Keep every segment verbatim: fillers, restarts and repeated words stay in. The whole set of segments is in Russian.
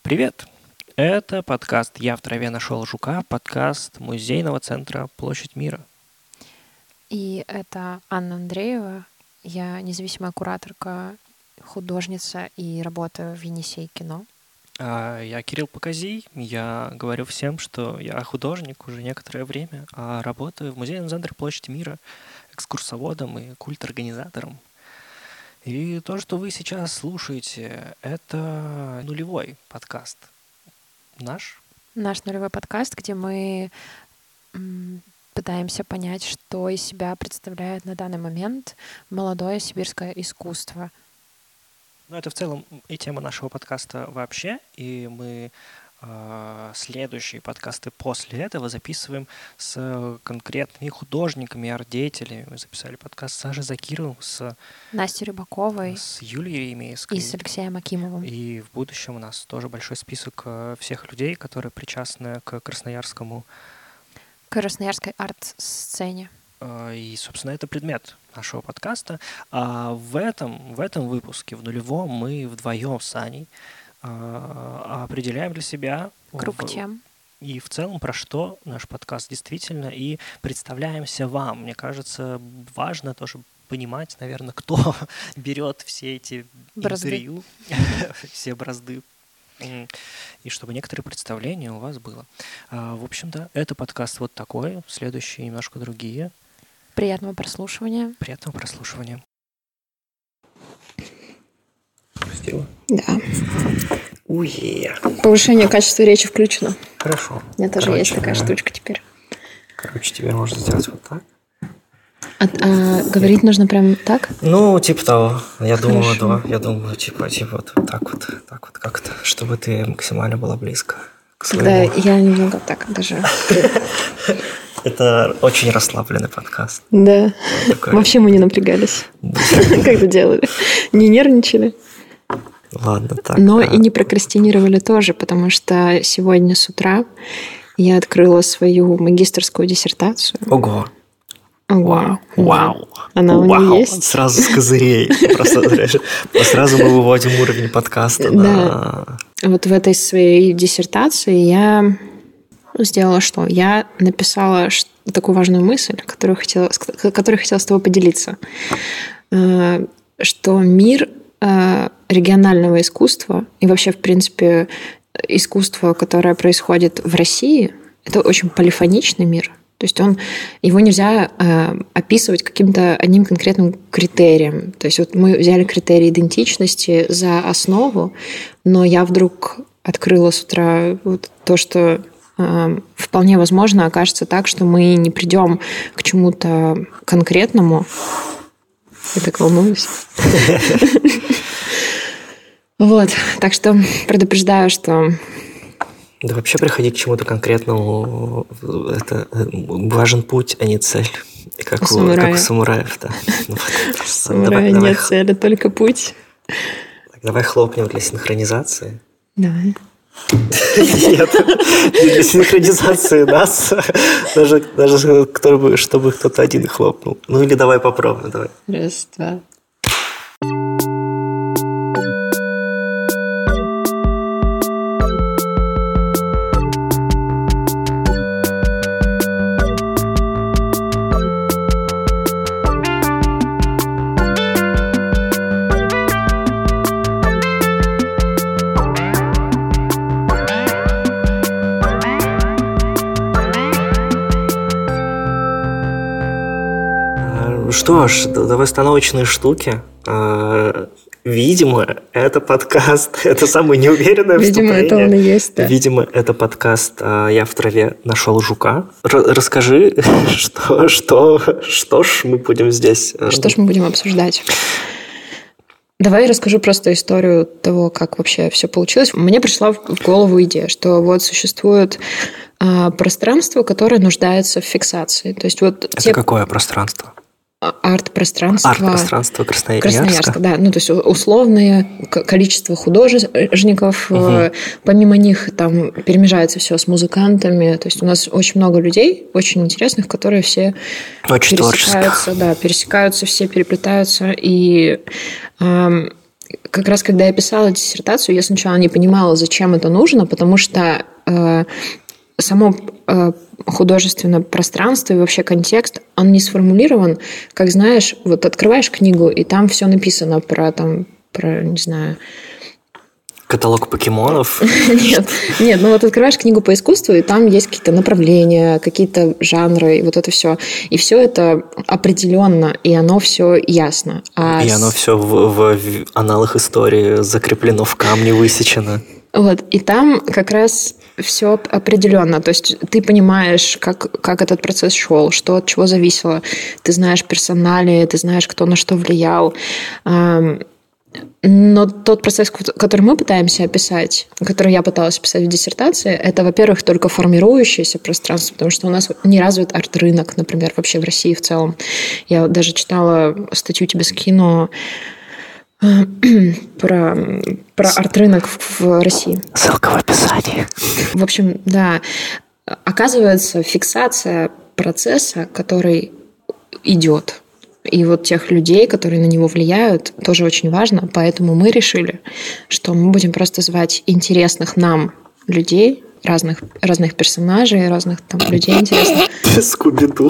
Привет! Это подкаст «Я в траве нашел жука», подкаст музейного центра «Площадь мира». И это Анна Андреева. Я независимая кураторка, художница и работаю в Енисей кино. А я Кирилл Показий. Я говорю всем, что я художник уже некоторое время, а работаю в музейном центре «Площадь мира» экскурсоводом и культорганизатором. И то, что вы сейчас слушаете, это нулевой подкаст. Наш? Наш нулевой подкаст, где мы м, пытаемся понять, что из себя представляет на данный момент молодое сибирское искусство. Ну, это в целом и тема нашего подкаста вообще, и мы э, следующие подкасты после этого записываем с конкретными художниками, арт-деятелями. Мы записали подкаст с Сашей Закировым, с Настей Рыбаковой с Юлией Ремейской. И с Алексеем Акимовым. И в будущем у нас тоже большой список всех людей, которые причастны к красноярскому... К красноярской арт-сцене. И, собственно, это предмет нашего подкаста. А в этом, в этом выпуске, в нулевом, мы вдвоем с Аней определяем для себя... Круг в... тем. И в целом, про что наш подкаст действительно, и представляемся вам. Мне кажется, важно тоже понимать, наверное, кто берет все эти бразды. интервью, все бразды, и чтобы некоторые представления у вас было. В общем-то, это подкаст вот такой, следующие немножко другие. Приятного прослушивания. Приятного прослушивания. Пустила? Да. Уе. Повышение качества речи включено. Хорошо. У меня тоже Короче, есть такая да. штучка теперь. Короче, теперь можно сделать вот так. А, а говорить нужно прям так? Ну, типа того. Я думаю, Хорошо. да. Я думаю, типа, типа вот так вот, так вот как-то, чтобы ты максимально была близко к своему. Да, я немного так даже. Это очень расслабленный подкаст. Да. Такой. Вообще мы не напрягались, когда делали. Не нервничали. Ладно, так. Но а... и не прокрастинировали тоже, потому что сегодня с утра я открыла свою магистерскую диссертацию. Ого. Ого. Вау. Она у Вау. меня есть. Сразу с козырей. Просто знаешь, сразу мы выводим уровень подкаста. Да. Вот в этой своей диссертации я сделала что? Я написала такую важную мысль, которую хотела, которой хотела с тобой поделиться. Что мир регионального искусства и вообще, в принципе, искусство, которое происходит в России, это очень полифоничный мир. То есть он, его нельзя э, описывать каким-то одним конкретным критерием. То есть вот мы взяли критерий идентичности за основу, но я вдруг открыла с утра вот то, что э, вполне возможно окажется так, что мы не придем к чему-то конкретному. Я так волнуюсь. Вот, так что предупреждаю, что... Да вообще приходить к чему-то конкретному, это важен путь, а не цель. Как у, как у самураев, да. Самурая нет цели, только путь. Так, давай хлопнем для синхронизации. Давай. Нет, для синхронизации нас, даже, даже чтобы кто-то один хлопнул. Ну или давай попробуем, давай. Раз, два. Что ж, давай становочные штуки. Видимо, это подкаст, это самое неуверенное Видимо, вступление. это он и есть, да. Видимо, это подкаст «Я в траве нашел жука». Р- расскажи, что, что, что ж мы будем здесь... Что ж мы будем обсуждать? Давай я расскажу просто историю того, как вообще все получилось. Мне пришла в голову идея, что вот существует а, пространство, которое нуждается в фиксации. То есть вот это те... какое пространство? Арт-пространство. Арт-пространство Красноярска. Красноярска, да. Ну, то есть условное количество художников, угу. Помимо них там перемежается все с музыкантами. То есть у нас очень много людей, очень интересных, которые все очень пересекаются, да, пересекаются, все переплетаются. И э, как раз когда я писала диссертацию, я сначала не понимала, зачем это нужно, потому что э, само э, художественное пространство и вообще контекст, он не сформулирован, как знаешь, вот открываешь книгу, и там все написано про, там, про, не знаю... Каталог покемонов? Нет, нет, ну вот открываешь книгу по искусству, и там есть какие-то направления, какие-то жанры, и вот это все. И все это определенно, и оно все ясно. А и оно все в, в, в аналах истории закреплено в камне, высечено. Вот, и там как раз все определенно. То есть ты понимаешь, как, как этот процесс шел, что от чего зависело. Ты знаешь персоналии, ты знаешь, кто на что влиял. Но тот процесс, который мы пытаемся описать, который я пыталась описать в диссертации, это, во-первых, только формирующееся пространство, потому что у нас не развит арт-рынок, например, вообще в России в целом. Я даже читала статью, тебе скину, про, про арт-рынок в России. Ссылка в описании. В общем, да. Оказывается, фиксация процесса, который идет, и вот тех людей, которые на него влияют, тоже очень важно. Поэтому мы решили, что мы будем просто звать интересных нам людей, разных, разных персонажей, разных там людей интересных. Скуби-Ду.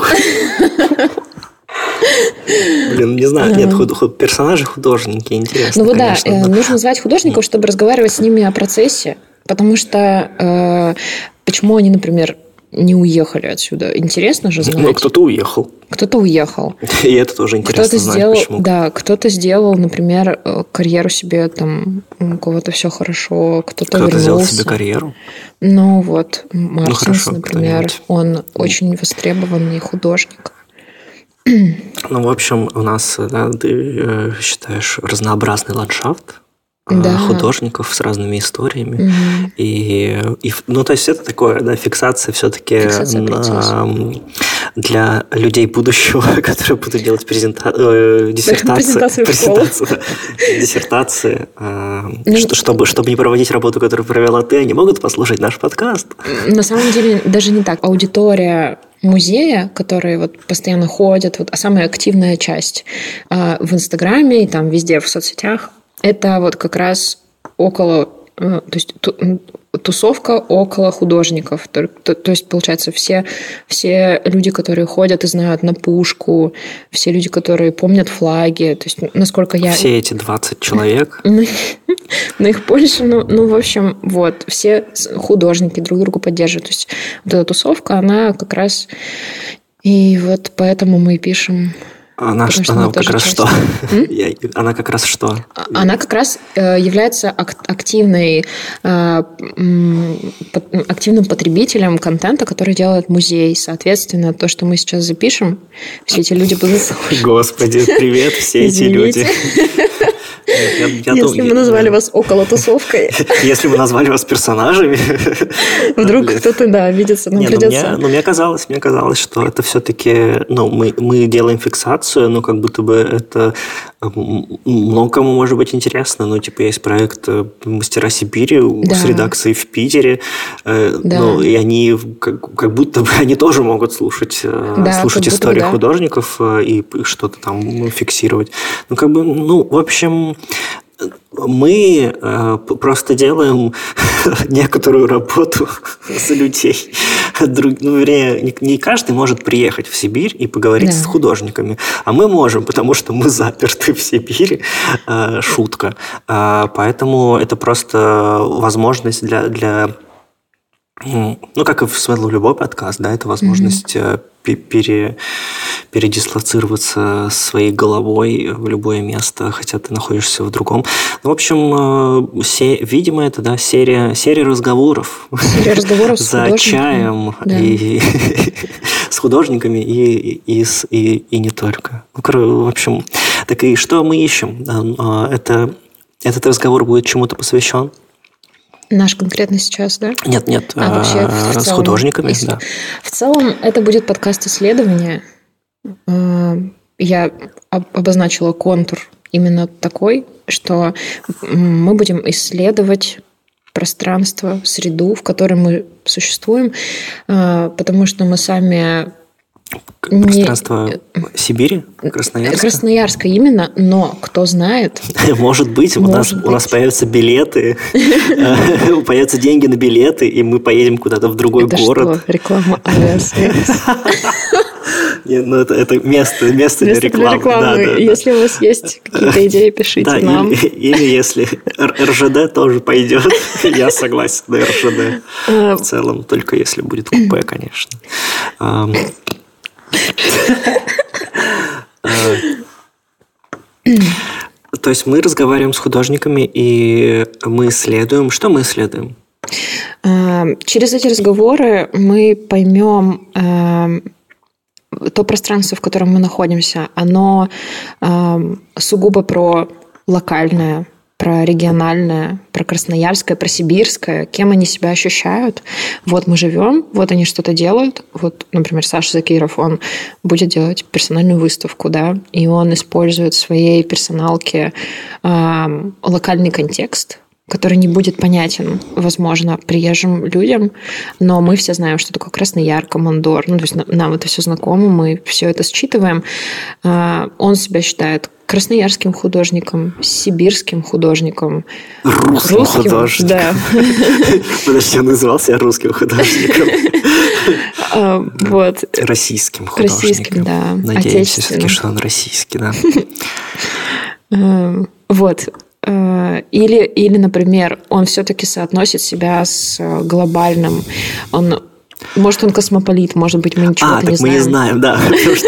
Блин, не знаю, нет, худ, худ, персонажи художники, интересно. Ну вот конечно, да, но... нужно звать художников, чтобы разговаривать с ними о процессе, потому что э, почему они, например, не уехали отсюда? Интересно же знать. Ну, кто-то уехал. Кто-то уехал. И это тоже интересно кто-то знать, сделал, почему. Да, кто-то сделал, например, карьеру себе, там, у кого-то все хорошо, кто-то, кто-то вернулся. сделал себе карьеру. Ну вот, Мартинс, ну, хорошо, например, он очень востребованный художник. Ну, в общем, у нас, да, ты э, считаешь разнообразный ландшафт да. художников с разными историями. Угу. И, и, ну, то есть это такое, да, фиксация все-таки фиксация на, для людей будущего, которые будут делать презента... э, диссертации. Презентацию диссертации. Э, ну, что, чтобы, чтобы не проводить работу, которую провела ты, они могут послушать наш подкаст. На самом деле даже не так. Аудитория музея, которые вот постоянно ходят, вот, а самая активная часть э, в Инстаграме и там везде в соцсетях, это вот как раз около, то есть тусовка около художников. То, то, то есть, получается, все, все люди, которые ходят и знают на Пушку, все люди, которые помнят флаги. То есть, насколько я... Все эти двадцать человек. Но их больше. Ну, ну, в общем, вот. Все художники друг друга поддерживают. То есть, вот эта тусовка, она как раз... И вот поэтому мы пишем... Она, что, она как раз что? Я, она как раз что? Она как раз является активной, активным потребителем контента, который делает музей. Соответственно, то, что мы сейчас запишем, все эти люди будут... Господи, привет, все эти люди. Я, я Если дум... мы назвали я... вас около тусовкой. Если мы назвали вас персонажами. Вдруг кто-то, да, видится, нам придется. Ну, мне казалось, мне казалось, что это все-таки, ну, мы, мы делаем фиксацию, но как будто бы это много кому может быть интересно. Ну, типа, есть проект «Мастера Сибири» да. с редакцией в Питере. Да. Ну, и они как, как будто бы они тоже могут слушать, да, слушать истории да. художников и что-то там фиксировать. Ну, как бы, ну, в общем... Мы э, просто делаем некоторую работу за людей. Друг, ну, вернее, не, не каждый может приехать в Сибирь и поговорить да. с художниками. А мы можем, потому что мы заперты в Сибири. Э, шутка. Э, поэтому это просто возможность для... для ну, как и в Светлый любой подкаст, да, это возможность mm-hmm. пере, передислоцироваться своей головой в любое место, хотя ты находишься в другом. Ну, в общем, се, видимо, это, да, серия, серия разговоров. Серия разговоров с за чаем да. и с художниками и, и, и, и не только. Ну, в общем, так и что мы ищем? Это, этот разговор будет чему-то посвящен? Наш конкретно сейчас, да? Нет, нет, а, вообще, в с целом, художниками, если... да. В целом это будет подкаст исследования. Я обозначила контур именно такой, что мы будем исследовать пространство, среду, в которой мы существуем, потому что мы сами Пространство не... Сибири? Красноярска? Красноярска именно, но кто знает... Может быть, у нас, у нас появятся билеты, появятся деньги на билеты, и мы поедем куда-то в другой город. Это что, реклама авиасвязь? Нет, ну это, это место, место, место для рекламы. Для рекламы. Да, да, если да. у вас есть какие-то идеи, пишите да, нам. Или, или если эр жэ дэ тоже пойдет, я согласен на эр жэ дэ в целом, только если будет купе, конечно. То есть мы разговариваем с художниками, и мы исследуем. Что мы исследуем? Через эти разговоры мы поймем то пространство, в котором мы находимся, оно сугубо про локальное, про региональное, про красноярское, про сибирское, кем они себя ощущают. Вот мы живем, вот они что-то делают. Вот, например, Саша Закиров, он будет делать персональную выставку, да, и он использует в своей персоналке э, локальный контекст, который не будет понятен, возможно, приезжим людям, но мы все знаем, что такое Краснояр, Командор, ну, то есть нам это все знакомо, мы все это считываем. Э, он себя считает красноярским художником, сибирским художником. Русским, русским художником. Да. Подожди, он назывался русским художником. Вот. Российским художником. Российским, да. Надеемся все-таки, что он российский, да. Вот. Или, или, например, он все-таки соотносит себя с глобальным. Он... Может, он космополит, может быть, мы ничего-то а, так не мы знаем. не знаем, да.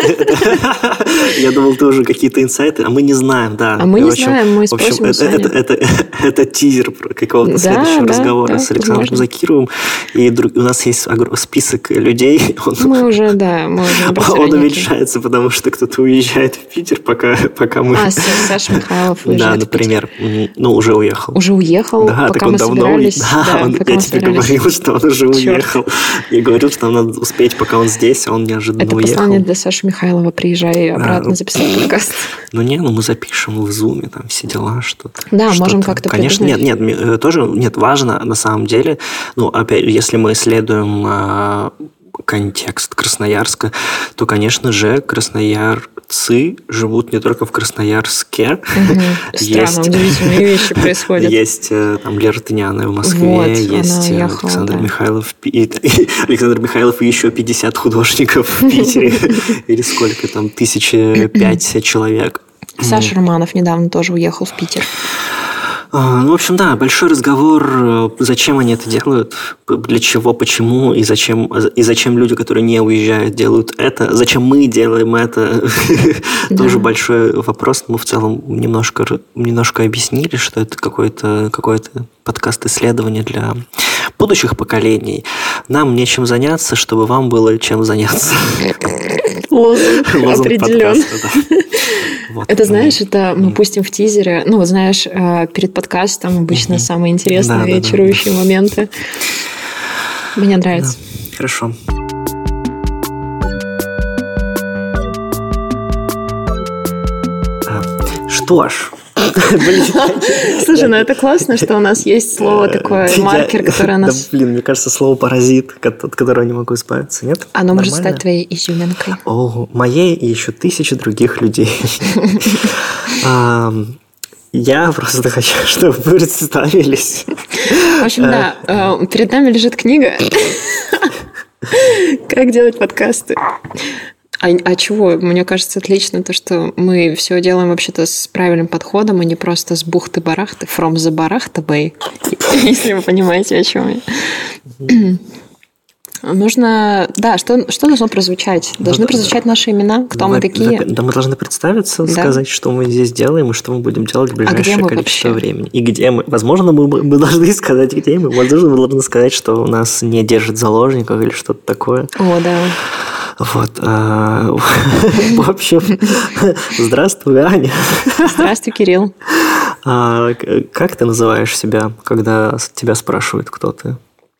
Я думал, ты уже какие-то инсайты, а мы не знаем, да. А мы не знаем, мы спросим у Сани. Это тизер какого-то следующего разговора с Александром Закировым. И у нас есть список людей. Мы уже, да, мы уже Он уменьшается, потому что кто-то уезжает в Питер, пока мы... А, Саша Михайлов уезжает. Да, например. Ну, уже уехал. Уже уехал, пока мы собирались. Да, я тебе говорил, что он уже уехал. И говорил, что нам надо успеть, пока он здесь, а он неожиданно Это уехал. Это послание для Саши Михайлова. Приезжай обратно, а, записать подкаст. Ну, не, ну мы запишем в зуме, там все дела, что-то. Да, что-то. можем как-то Конечно, придумать. нет, нет, тоже, нет, важно на самом деле, ну, опять, если мы исследуем э, контекст Красноярска, то, конечно же, красноярцы живут не только в Красноярске. Угу. Странно, удивительные вещи происходят. Есть там Лера Тыняна в Москве, вот, есть ехала, Александр да. Михайлов, и, Александр Михайлов и еще пятьдесят художников в Питере. Или сколько там, тысяча пять человек. Саша Романов недавно тоже уехал в Питер. Ну, в общем, да, большой разговор, зачем они это делают, для чего, почему, и зачем, и зачем люди, которые не уезжают, делают это, зачем мы делаем это, да. Тоже большой вопрос. Мы в целом немножко, немножко объяснили, что это какой-то, какой-то подкаст исследования для будущих поколений. Нам нечем заняться, чтобы вам было чем заняться. Лозунг определен. Вот. Это, знаешь, это мы пустим в тизере. Ну, вот знаешь, перед подкастом обычно mm-hmm. самые интересные, да, да, чарующие да. моменты. Мне нравится. Да. Хорошо. Что ж. Слушай, ну это классно, что у нас есть слово такое, маркер, который нас... Да, блин, мне кажется, слово «паразит», от которого не могу избавиться, нет? Оно может стать твоей изюминкой. О, моей и еще тысячи других людей. Я просто хочу, чтобы вы представились. В общем, да, перед нами лежит книга «Как делать подкасты». А, а чего? Мне кажется, отлично то, что мы все делаем вообще-то с правильным подходом, а не просто с бухты-барахты, from the барахта bay, если вы понимаете, о чем я. Нужно... Да, что, что должно прозвучать? Должны прозвучать наши имена, кто мы, какие. Да, мы должны представиться, да. сказать, что мы здесь делаем и что мы будем делать в ближайшее а количество вообще? времени. И где мы. Возможно, мы, мы должны сказать, где мы. Возможно, мы должны сказать, что нас не держат заложников или что-то такое. О, да. Вот. В общем, здравствуй, Аня. Здравствуй, Кирилл. Как ты называешь себя, когда тебя спрашивают, кто ты?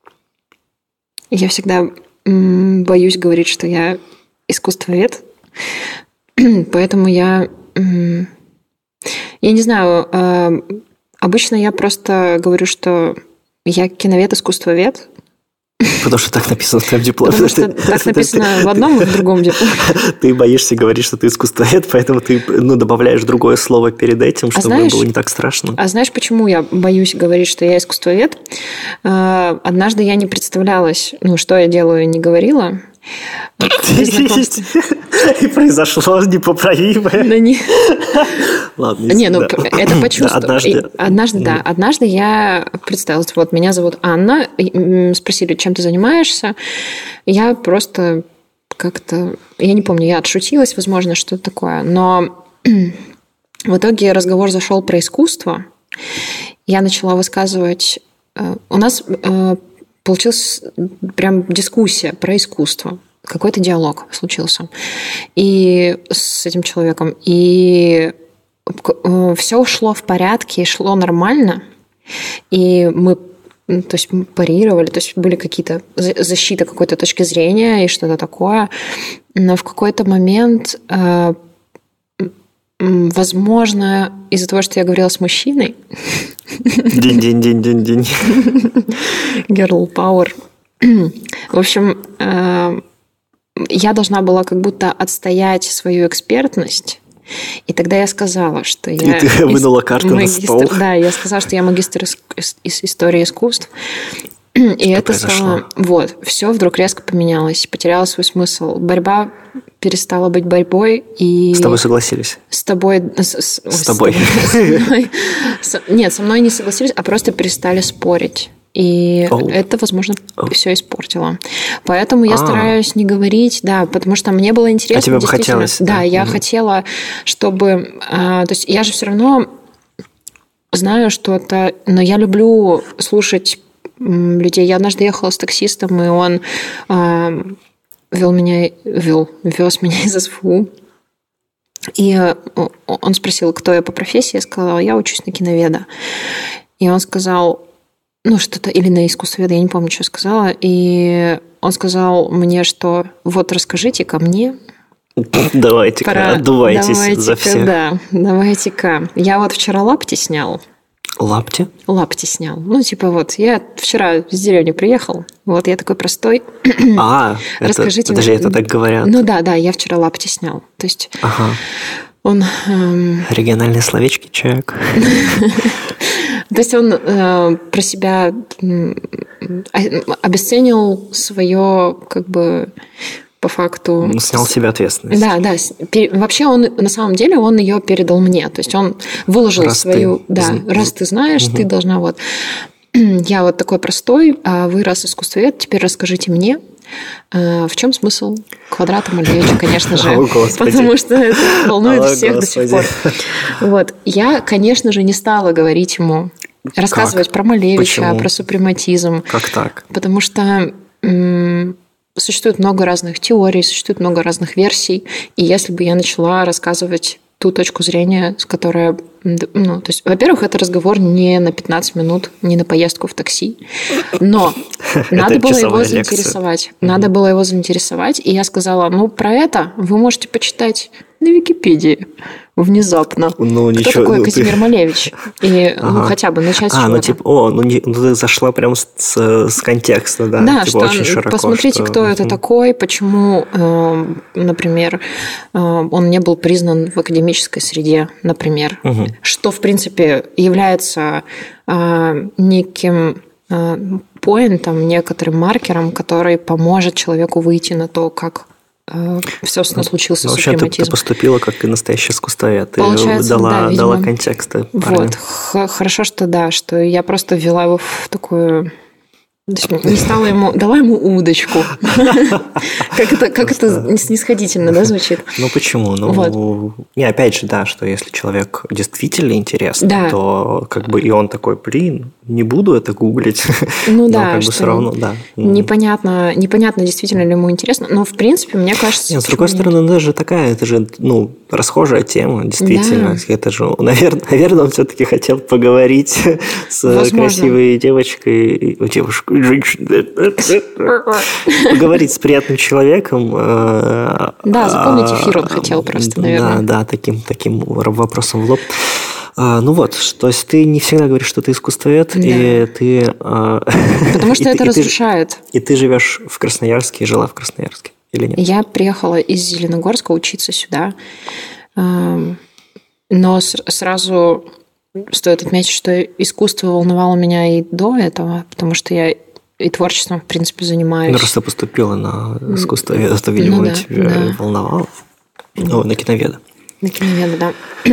Я всегда боюсь говорить, что я искусствовед, поэтому я... Я не знаю, обычно я просто говорю, что я киновед-искусствовед, Потому что так написано в твоем дипломе. Потому что так написано в одном и в другом дипломе. Ты боишься говорить, что ты искусствовед, поэтому ты ну, добавляешь другое слово перед этим, чтобы а знаешь, было не так страшно. А знаешь, почему я боюсь говорить, что я искусствовед? Однажды я не представлялась, ну, что я делаю, не говорила. И произошло непоправимое. Да не... Ладно. Не, ну это почувствовала. Однажды. Однажды, да. Однажды я представилась. Вот, меня зовут Анна. Спросили, чем ты занимаешься. Я просто как-то... Я не помню, я отшутилась, возможно, что-то такое. Но в итоге разговор зашел про искусство. Я начала высказывать... У нас получилась прям дискуссия про искусство. Какой-то диалог случился и с этим человеком. И все шло в порядке, шло нормально. И мы, то есть, мы парировали, то есть были какие-то защита какой-то точки зрения и что-то такое. Но в какой-то момент, возможно, из-за того, что я говорила с мужчиной... День-день-день-день-день. Girl power. В общем, я должна была как будто отстоять свою экспертность. И тогда я сказала, что я... И ты вынула карту магистр... на стол. Да, я сказала, что я магистр из, из истории искусств. И что это произошло? Стало... Вот, все вдруг резко поменялось, потеряло свой смысл. Борьба перестала быть борьбой. И... С тобой согласились? С тобой... С, с, с тобой? С тобой. С... Нет, со мной не согласились, а просто перестали спорить. И oh. это, возможно, oh. все испортило. Поэтому я ah. стараюсь не говорить, да, потому что мне было интересно. А тебе бы хотелось? Да, да? я mm-hmm. хотела, чтобы... А, то есть я же все равно знаю что-то, но я люблю слушать людей. Я однажды ехала с таксистом, и он а, вел меня, вел, вез меня из СФУ. И он спросил, кто я по профессии. Я сказала, я учусь на киноведа. И он сказал... Ну, что-то, или на искусствоведа, я не помню, что я сказала. И он сказал мне, что вот расскажите ко мне. Давайте-ка, про... отдувайтесь давайте-ка, за всех. Да, давайте-ка. Я вот вчера лапти снял. Лапти? Лапти снял. Ну, типа вот, я вчера с деревни приехал. Вот я такой простой. А, расскажите это, мне. Это так говорят. Ну да, да, я вчера лапти снял. То есть ага. он... Эм... Оригинальные словечки, человек. То есть он э, про себя э, обесценил свое, как бы, по факту... Он снял с себя ответственность. Да, да. Пер... Вообще он, на самом деле, он ее передал мне. То есть он выложил раз свою... Ты... Да, раз ты знаешь, угу. ты должна вот... Я вот такой простой, а вы, раз искусствовед, теперь расскажите мне, в чем смысл квадрата Малевича, конечно же. О, потому что это волнует О, всех Господи. До сих пор. Вот. Я, конечно же, не стала говорить ему, рассказывать как? Про Малевича, Почему? Про супрематизм. Как так? Потому что м- существует много разных теорий, существует много разных версий. И если бы я начала рассказывать ту точку зрения, с которой... Ну, то есть, во-первых, это разговор не на пятнадцать минут, не на поездку в такси, но надо было его заинтересовать. Надо было его заинтересовать, и я сказала, ну, про это вы можете почитать на Википедии внезапно. Ну, Кто ничего, такой ну, Казимир ты... Малевич? И ага. ну, хотя бы начать с а, чего-то. ну, типа, о, ну, не, ну ты зашла прям с, с контекста, да? Да, типа, что очень широко, посмотрите, что... кто это такой, почему, э, например, э, он не был признан в академической среде, например. Угу. Что, в принципе, является э, неким э, поинтом, некоторым маркером, который поможет человеку выйти на то, как все случился ну, супрематизм. Вообще, ты, ты поступила как и настоящий искусствовед. Ты Получается, дала, да, дала контекст. Вот. Х- хорошо, что да, что я просто ввела его в такую... Не стала ему... Дала ему удочку. Как это, как это снисходительно, да, звучит? Ну, почему? Ну, вот. Не, опять же, да, что если человек действительно интересный, да. то как бы и он такой, блин, не буду это гуглить. Ну, но да, как бы все равно, да. Непонятно, непонятно, действительно ли ему интересно, но, в принципе, мне кажется... Нет, с другой стороны, это же такая, это же, ну, расхожая тема, действительно. Да. Это же, наверное, наверное, он все-таки хотел поговорить с Возможно. красивой девочкой, девушкой, женщиной, поговорить с приятным человеком. Да, заполнить эфир он хотел просто, наверное. Да, да, таким, таким вопросом в лоб. А, ну вот, то есть ты не всегда говоришь, что ты искусствовед, да. и ты... А... Потому что и это ты, разрушает. И ты, и ты живешь в Красноярске и жила в Красноярске, или нет? Я приехала из Зеленогорска учиться сюда, но сразу стоит отметить, что искусство волновало меня и до этого, потому что я и творчеством, в принципе, занимаюсь. Ну, раз ты поступила на искусство, это, видимо, ну, да, тебя да. волновало. О, на киноведа. На киноведа, да.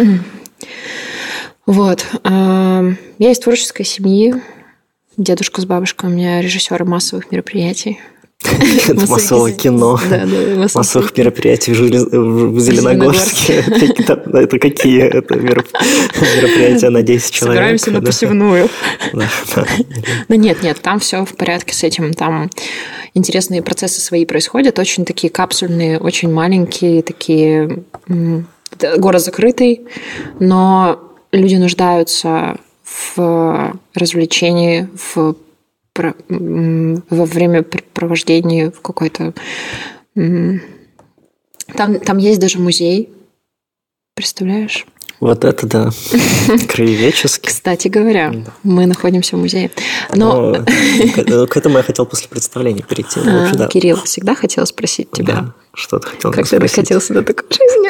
Вот. Я из творческой семьи. Дедушка с бабушкой у меня режиссеры массовых мероприятий. Массового кино, массовых мероприятий в Зеленогорске. Это какие это мероприятия на десять человек? Собираемся на посевную. Да нет, нет, там все в порядке с этим. Там интересные процессы свои происходят, очень такие капсульные, очень маленькие, такие... Город закрытый, но люди нуждаются в развлечении, в во времяпрепровождении в какой-то... Там, там есть даже музей. Представляешь? Вот это да. Краеведческий. Кстати говоря, да. мы находимся в музее. Но... Но к этому я хотел после представления перейти. А, вообще, да. Кирилл, всегда хотела спросить тебя. Да. Что ты хотел как спросить? Как ты докатился до такой жизни?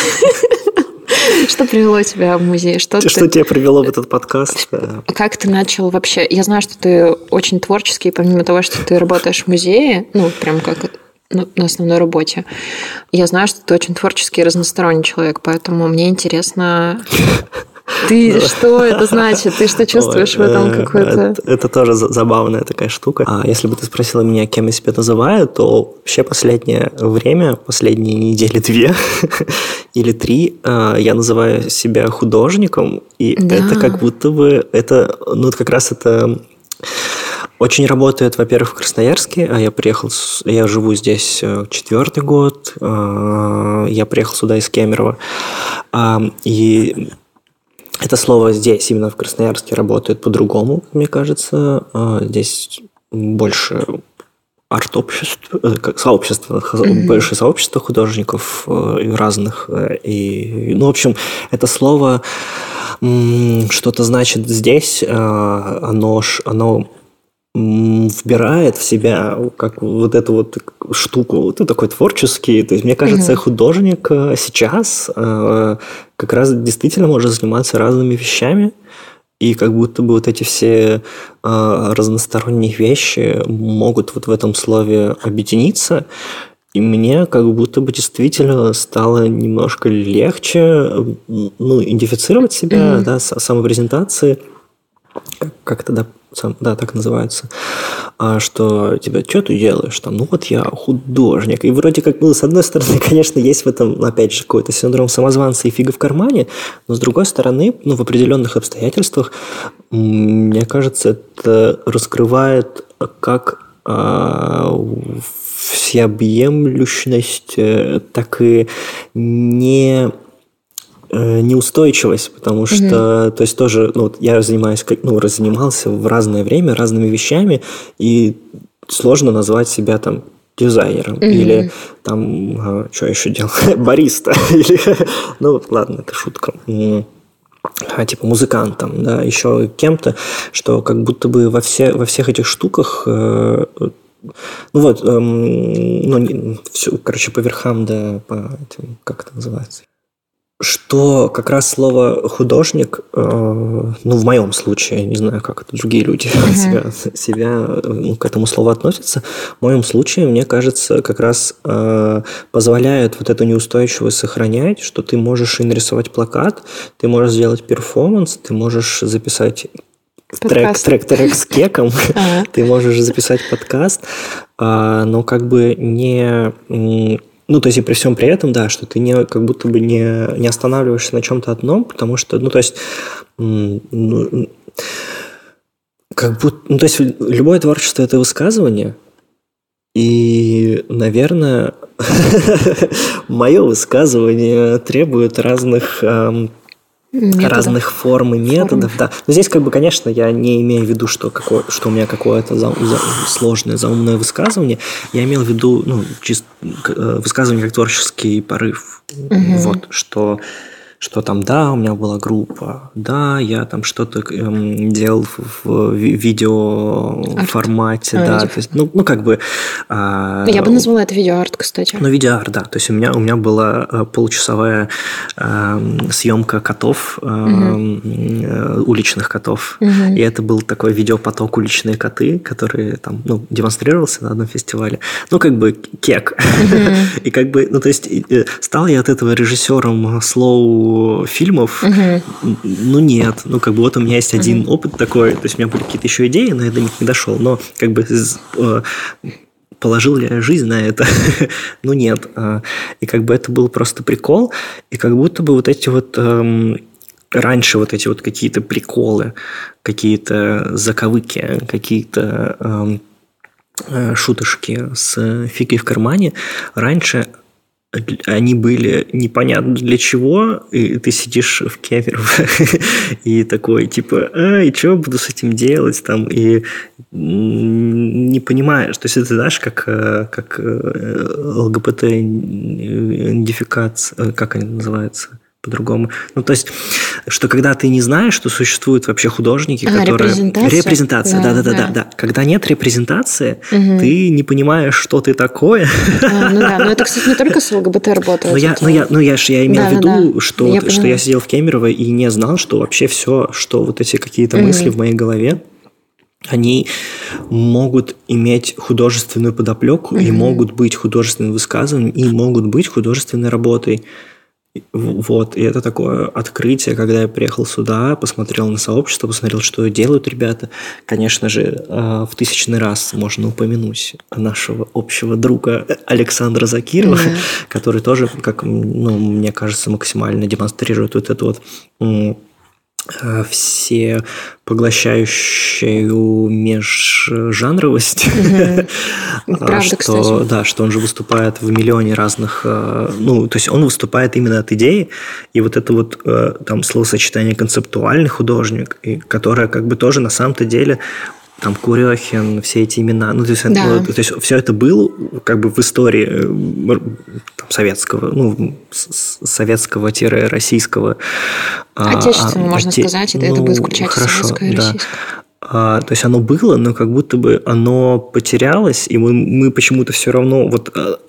Что привело тебя в музей? Что, что ты... тебя привело в этот подкаст? Как ты начал вообще? Я знаю, что ты очень творческий, помимо того, что ты работаешь в музее, ну, прям как на основной работе. Я знаю, что ты очень творческий и разносторонний человек, поэтому мне интересно... Ты что это значит? Ты что чувствуешь Ой, в этом какой-то... Это, это тоже забавная такая штука. А если бы ты спросила меня, кем я себя называю, то вообще последнее время, последние недели две или три, я называю себя художником, и да. это как будто бы... это, ну, как раз это... Очень работает, во-первых, в Красноярске. Я приехал, я живу здесь четвертый год. Я приехал сюда из Кемерово. И это слово здесь, именно в Красноярске, работает по-другому, мне кажется. Здесь больше арт-обществ, как сообщество, mm-hmm. большое сообщество художников разных. И, ну, в общем, это слово что-то значит здесь. Оно, оно вбирает в себя как вот эту вот штуку. Вот ты такой творческий. То есть, мне кажется, mm-hmm. художник сейчас как раз действительно может заниматься разными вещами. И как будто бы вот эти все разносторонние вещи могут вот в этом слове объединиться. И мне как будто бы действительно стало немножко легче, ну, идентифицировать себя, mm-hmm. да, самопрезентации. Как это, да, сам, да, так называется, а, что тебя, что ты делаешь там, ну вот я художник, и вроде как, ну, с одной стороны, конечно, есть в этом, опять же, какой-то синдром самозванца и фига в кармане, но с другой стороны, ну, в определенных обстоятельствах, мне кажется, это раскрывает как а, всеобъемлющность, так и не... неустойчивость, потому что, mm-hmm. то есть тоже, ну, вот я занимаюсь, ну, занимался в разное время разными вещами, и сложно назвать себя там дизайнером mm-hmm. или там, а, что я еще делал, бариста, или, ну, ладно, это шутка, а, типа музыкантом, да, еще кем-то, что как будто бы во, все, во всех этих штуках э, ну вот, эм, ну, все, короче, по верхам, да, по этим, как это называется, что как раз слово художник, э, ну, в моем случае, не знаю, как это другие люди uh-huh. себя, себя ну, к этому слову относятся, в моем случае, мне кажется, как раз э, позволяет вот эту неустойчивость сохранять, что ты можешь и нарисовать плакат, ты можешь сделать перформанс, ты можешь записать трек, трек, трек с кеком, uh-huh. ты можешь записать подкаст, э, но как бы не... Ну, то есть, и при всем при этом, да, что ты не, как будто бы не, не останавливаешься на чем-то одном, потому что, ну, то есть, ну, как будто, ну, то есть, любое творчество – это высказывание, и, наверное, мое высказывание требует разных... Методов. разных форм и методов, Форм. да. Но здесь, как бы, конечно, я не имею в виду, что, какое, что у меня какое-то за, за, сложное, заумное высказывание. Я имел в виду, ну, чисто высказывание как творческий порыв. Угу. Вот, что что там, да, у меня была группа, да, я там что-то эм, делал в, в видеоформате, Арт. да, А, то есть, ну, ну, как бы... Э, Я бы назвала это видеоарт, кстати. Ну, видеоарт, да, то есть у меня, у меня была э, получасовая э, съемка котов, э, угу. э, уличных котов, угу. и это был такой видеопоток «Уличные коты», который там, ну, демонстрировался на одном фестивале, ну, как бы кек, угу. и как бы, ну, то есть стал я от этого режиссером слоу-фильмов, угу. ну, нет, ну, как бы вот у меня есть один угу. опыт такой, то есть у меня были какие-то еще идеи, но я до них не дошел, но как бы... Э, положил ли я жизнь на это? Ну, нет. И как бы это был просто прикол, и как будто бы вот эти вот... Эм, раньше вот эти вот какие-то приколы, какие-то заковыки, какие-то эм, э, шуточки с фигой в кармане, раньше... они были непонятно для чего, и ты сидишь в Кемерово и такой, типа, а, и что буду с этим делать, там, и не понимаешь, то есть это, знаешь, как, как ЛГБТ-идентификация, как они называются по-другому. Ну, то есть, что когда ты не знаешь, что существуют вообще художники, а, которые... Репрезентация. Репрезентация, да-да-да. Да. Когда нет репрезентации, угу. ты не понимаешь, что ты такое. А, ну да, но это, кстати, не только с ЛГБТ работает. Ну, я, ну, я, ну, я, я имел да, в виду, да. Что, я, что я сидел в Кемерово и не знал, что вообще все, что вот эти какие-то угу. мысли в моей голове, они могут иметь художественную подоплеку угу. и могут быть художественным высказыванием, и могут быть художественной работой. Вот, и это такое открытие, когда я приехал сюда, посмотрел на сообщество, посмотрел, что делают ребята. Конечно же, в тысячный раз можно упомянуть нашего общего друга Александра Закирова, mm-hmm. который тоже, как, ну, мне кажется, максимально демонстрирует вот эту вот все поглощающую межжанровость. Mm-hmm. Правда, что, кстати. Да, что он же выступает в миллионе разных... Ну, то есть он выступает именно от идеи, и вот это вот там словосочетание «концептуальный художник», и которое как бы тоже на самом-то деле... Там Курехин, все эти имена, ну то есть, да. ну, то есть все это было как бы в истории там, советского, ну советского-российского. Отечественного, а, можно оте... сказать, это, ну, это будет включать хорошо, советское и да. российское. А, то есть оно было, но как будто бы оно потерялось, и мы, мы почему-то все равно вот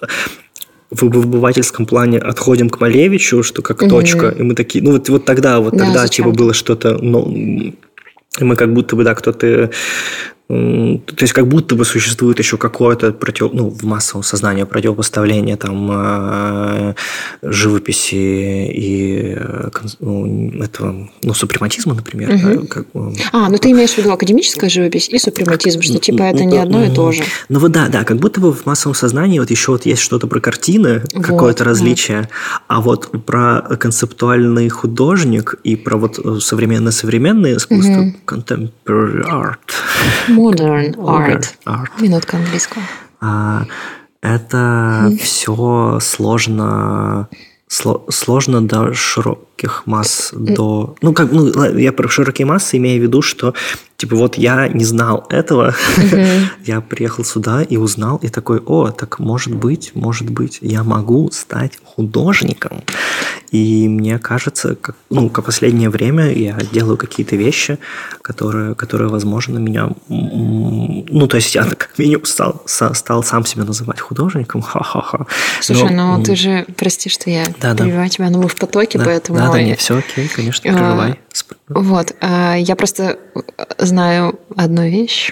в обывательском плане отходим к Малевичу, что как mm-hmm. точка, и мы такие, ну вот, вот тогда, вот да, тогда типа было что-то, ну, и мы как будто бы, да, кто-то... То есть, как будто бы существует еще какое-то против, ну, в массовом сознании противопоставление там живописи и ну, этого, ну, супрематизма, например. Угу. Да, как, а, ну ты имеешь в виду академическая живопись и супрематизм, что типа это не одно и то же. Ну вот да, да, как будто бы в массовом сознании вот еще вот есть что-то про картины, вот, какое-то различие, вот. А вот про концептуальный художник и про вот современное-современное искусство, угу. contemporary art. Modern art. art. Минутка английского. А, это mm. все сложно, сло, сложно до широких масс, mm. до... Ну, как, ну, я про широкие массы имею в виду, что типа вот я не знал этого, mm-hmm. я приехал сюда и узнал, и такой, о, так может быть, может быть, я могу стать художником. И мне кажется, как, ну, в последнее время я делаю какие-то вещи, которые, которые, возможно, меня... Ну, то есть я как минимум стал, стал сам себя называть художником. Ха-ха-ха. Слушай, но, ну ты же, прости, что я да, перебиваю да. тебя, но мы в потоке, да, поэтому... Да, да, нет, все окей, конечно, перебивай. А, вот, а, я просто знаю одну вещь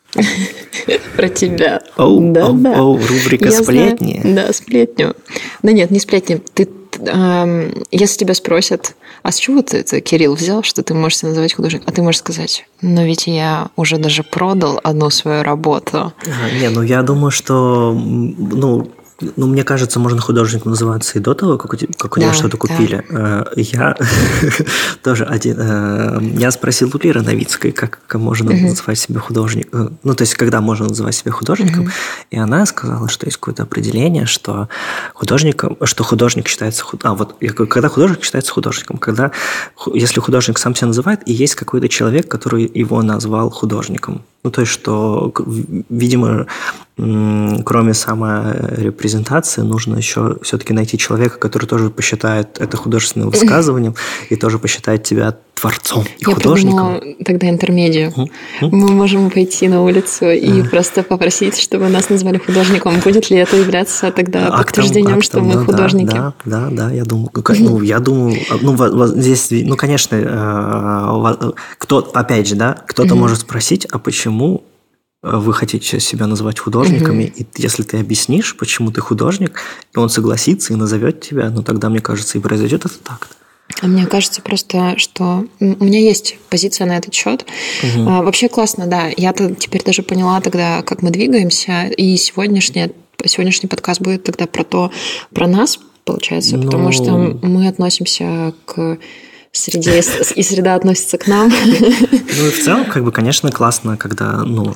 про тебя. Оу, да, оу, да. Оу, рубрика я «Сплетни». Знаю, да, сплетню. Да нет, не сплетни. Ты, э, если тебя спросят, а с чего ты это, Кирилл, взял, что ты можешь себя называть художником? А ты можешь сказать, ну ведь я уже даже продал одну свою работу. А, не, ну я думаю, что... ну Ну, мне кажется, можно художником называться и до того, как у тебя, как у тебя да, что-то купили. Да. Я тоже один... Я спросил у Леры Новицкой, как можно uh-huh. называть себя художником. Ну, то есть, когда можно называть себя художником. Uh-huh. И она сказала, что есть какое-то определение, что художником, что художник считается... Худ... А, вот, когда художник считается художником. Когда, если художник сам себя называет, и есть какой-то человек, который его назвал художником. Ну, то есть, что, видимо, кроме саморепрезентации, нужно еще все-таки найти человека, который тоже посчитает это художественным высказыванием и тоже посчитает тебя творцом и Я художником. Я придумала тогда интермедию. Mm-hmm. Мы можем пойти на улицу и mm-hmm. просто попросить, чтобы нас назвали художником. Будет ли это являться тогда актом, подтверждением, актом, что мы да, художники? Да, да, да, я думаю. Ну, я думаю, ну, здесь, ну, конечно, кто, опять же, да, кто-то mm-hmm. может спросить, а почему вы хотите себя называть художниками, mm-hmm. и если ты объяснишь, почему ты художник, и он согласится и назовет тебя, ну, тогда, мне кажется, и произойдет это так. А мне кажется просто, что у меня есть позиция на этот счет. Угу. А, вообще классно, да. Я-то теперь даже поняла тогда, как мы двигаемся, и сегодняшний, сегодняшний подкаст будет тогда про то, про нас, получается, ну... потому что мы относимся к среде, и среда относится к нам. Ну и в целом, как бы, конечно, классно, когда ну,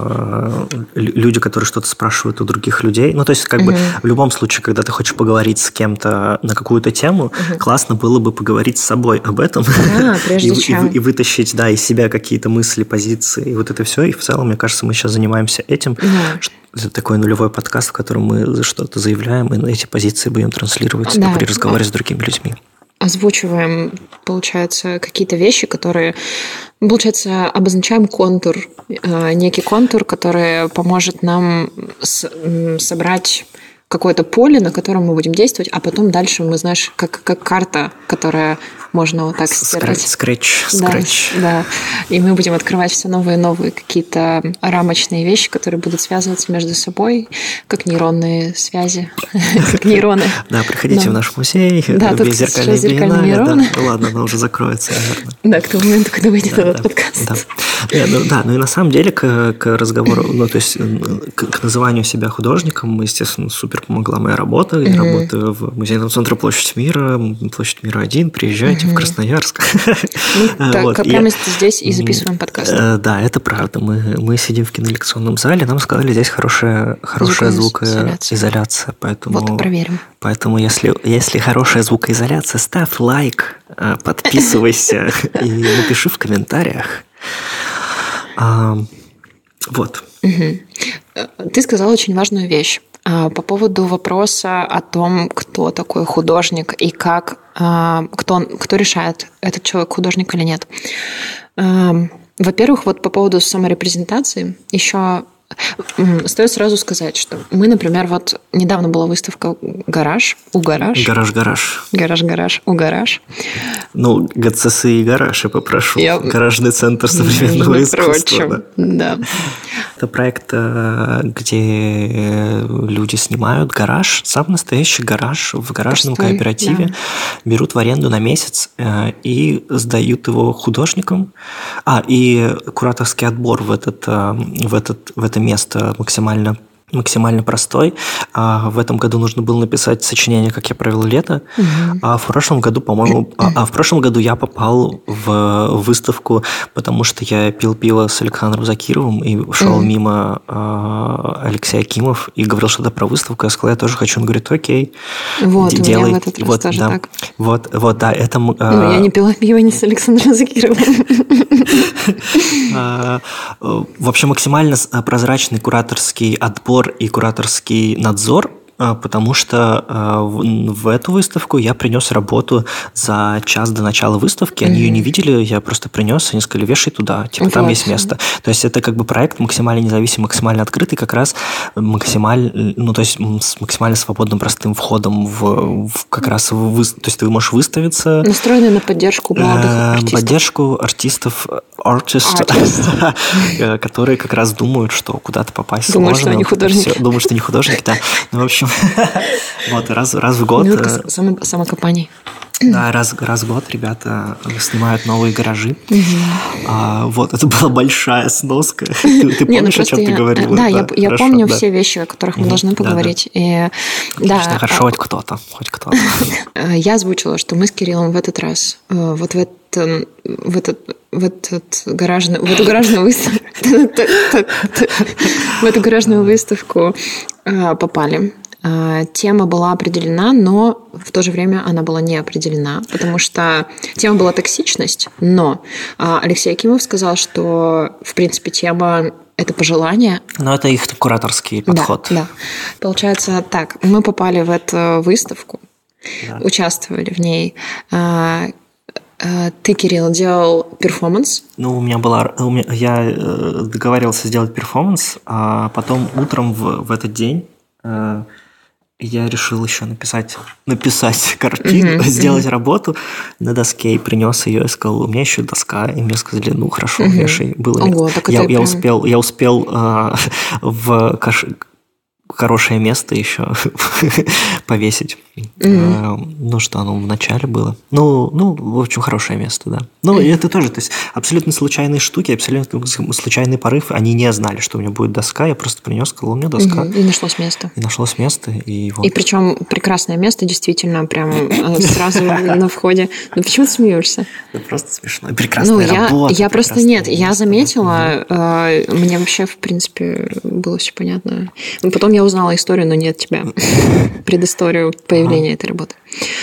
люди, которые что-то спрашивают у других людей. Ну, то есть, как бы, в любом случае, когда ты хочешь поговорить с кем-то на какую-то тему, классно было бы поговорить с собой об этом. Да, прежде чем. И вытащить, да, из себя какие-то мысли, позиции, и вот это все. И в целом, мне кажется, мы сейчас занимаемся этим. Это такой нулевой подкаст, в котором мы что-то заявляем, и эти позиции будем транслировать да, при разговоре да. с другими людьми. Озвучиваем, получается, какие-то вещи, которые, получается, обозначаем контур, некий контур, который поможет нам собрать какое-то поле, на котором мы будем действовать, а потом дальше мы, знаешь, как, как карта, которая можно вот так стирать. Скретч, скретч. Да, да, и мы будем открывать все новые и новые какие-то рамочные вещи, которые будут связываться между собой, как нейронные связи, как нейроны. Да, приходите в наш музей, без зеркальной биеннале. Ладно, она уже закроется, наверное. Да, к тому моменту, когда выйдет этот подкаст. Да, ну и на самом деле к разговору, ну то есть к называнию себя художником, естественно, супер помогла моя работа. Я mm-hmm. работаю в музейном центре Площадь Мира, Площадь Мира один. Приезжайте mm-hmm. в Красноярск. Ну, так, вот. Прямо и, здесь и записываем подкаст. Да, это правда. Мы, мы сидим в кинолекционном зале, нам сказали, здесь хорошая, хорошая звукоизоляция. звукоизоляция поэтому, вот проверим. Поэтому, если, если хорошая звукоизоляция, ставь лайк, подписывайся и напиши в комментариях. Вот. Ты сказал очень важную вещь. По поводу вопроса о том, кто такой художник и как, кто, кто решает, этот человек художник или нет. Во-первых, вот по поводу саморепрезентации еще стоит сразу сказать, что мы, например, вот недавно была выставка «Гараж», у «Гараж». «Гараж-гараж». «Гараж-гараж», у «Гараж». Ну, ГЦС и «Гараж» я попрошу. Я... Гаражный центр современного Между искусства. Прочим, да. да. Это проект, где люди снимают гараж, сам настоящий гараж в гаражном Простой, кооперативе, да. берут в аренду на месяц и сдают его художникам. А, и кураторский отбор в, этот, в, этот, в это место максимально максимально простой. А в этом году нужно было написать сочинение «Как я провел лето». Uh-huh. А в прошлом году, по-моему, а, а в прошлом году я попал в выставку, потому что я пил пиво с Александром Закировым и шел uh-huh. мимо а, Алексей Акимов и говорил что-то про выставку. Я сказал, я тоже хочу. Он говорит, окей. Вот, делай. у меня в этот раз вот, тоже да. так. Вот, вот, да, это... Ну, а... я не пила пиво не с Александром Закировым. В общем, максимально прозрачный кураторский отбор и кураторский надзор, потому что в эту выставку я принес работу за час до начала выставки. Они mm-hmm. ее не видели, я просто принес, они сказали, вешай туда, типа вот. Там есть место. То есть это как бы проект максимально независимый, максимально открытый, как раз максимально, ну то есть с максимально свободным, простым входом в, в как раз в, то есть ты можешь выставиться. Настроенный на поддержку молодых артистов. Поддержку артистов, артист, которые как раз думают, что куда-то попасть думают, сложно. Думают, что они художники. Думают, что они художники, да. Ну, в общем, вот, раз, раз в год... Минутка само, самокопаний. Да, раз, раз в год ребята снимают новые гаражи. Угу. А, вот, это была большая сноска. Ты, ты помнишь, ну, о чем я, ты говорила? Да, да я, я хорошо, помню да. все вещи, о которых мы угу, должны поговорить. Да, да. И, Отлично, да, хорошо, а, хоть кто-то, хоть кто-то. Я озвучила, что мы с Кириллом в этот раз, вот в этот, в этот, в этот гаражный, в эту гаражную выставку, в эту гаражную выставку попали. Тема была определена, но в то же время она была не определена, потому что тема была токсичность, но Алексей Акимов сказал, что, в принципе, тема это пожелание. Но это их кураторский подход. Да, да. Получается так, мы попали в эту выставку, да. участвовали в ней. Ты, Кирилл, делал перформанс? Ну, у меня была... У меня, я договаривался сделать перформанс, а потом утром в, в этот день э, я решил еще написать, написать картину, uh-huh, сделать uh-huh. работу на доске и принес ее и сказал, у меня еще доска. И мне сказали, ну, хорошо, uh-huh. вешай. Было Ого, я, я, прям... успел, я успел э, в каш... хорошее место еще повесить. Mm-hmm. Ну, что оно в начале было. Ну, ну, в общем, хорошее место, да. Ну, mm-hmm. и это тоже, то есть, абсолютно случайные штуки, абсолютно случайный порыв. Они не знали, что у меня будет доска. Я просто принес, сказал, у меня доска. Mm-hmm. И нашлось место. И нашлось место. И, вот. И причем прекрасное место, действительно, прям сразу на входе. Ну, почему ты смеешься? Это просто смешно. Прекрасная работа. Я просто, нет, я заметила, мне вообще, в принципе, было все понятно. Потом я узнала историю, но нет тебя. Предысторию появления ага. этой работы.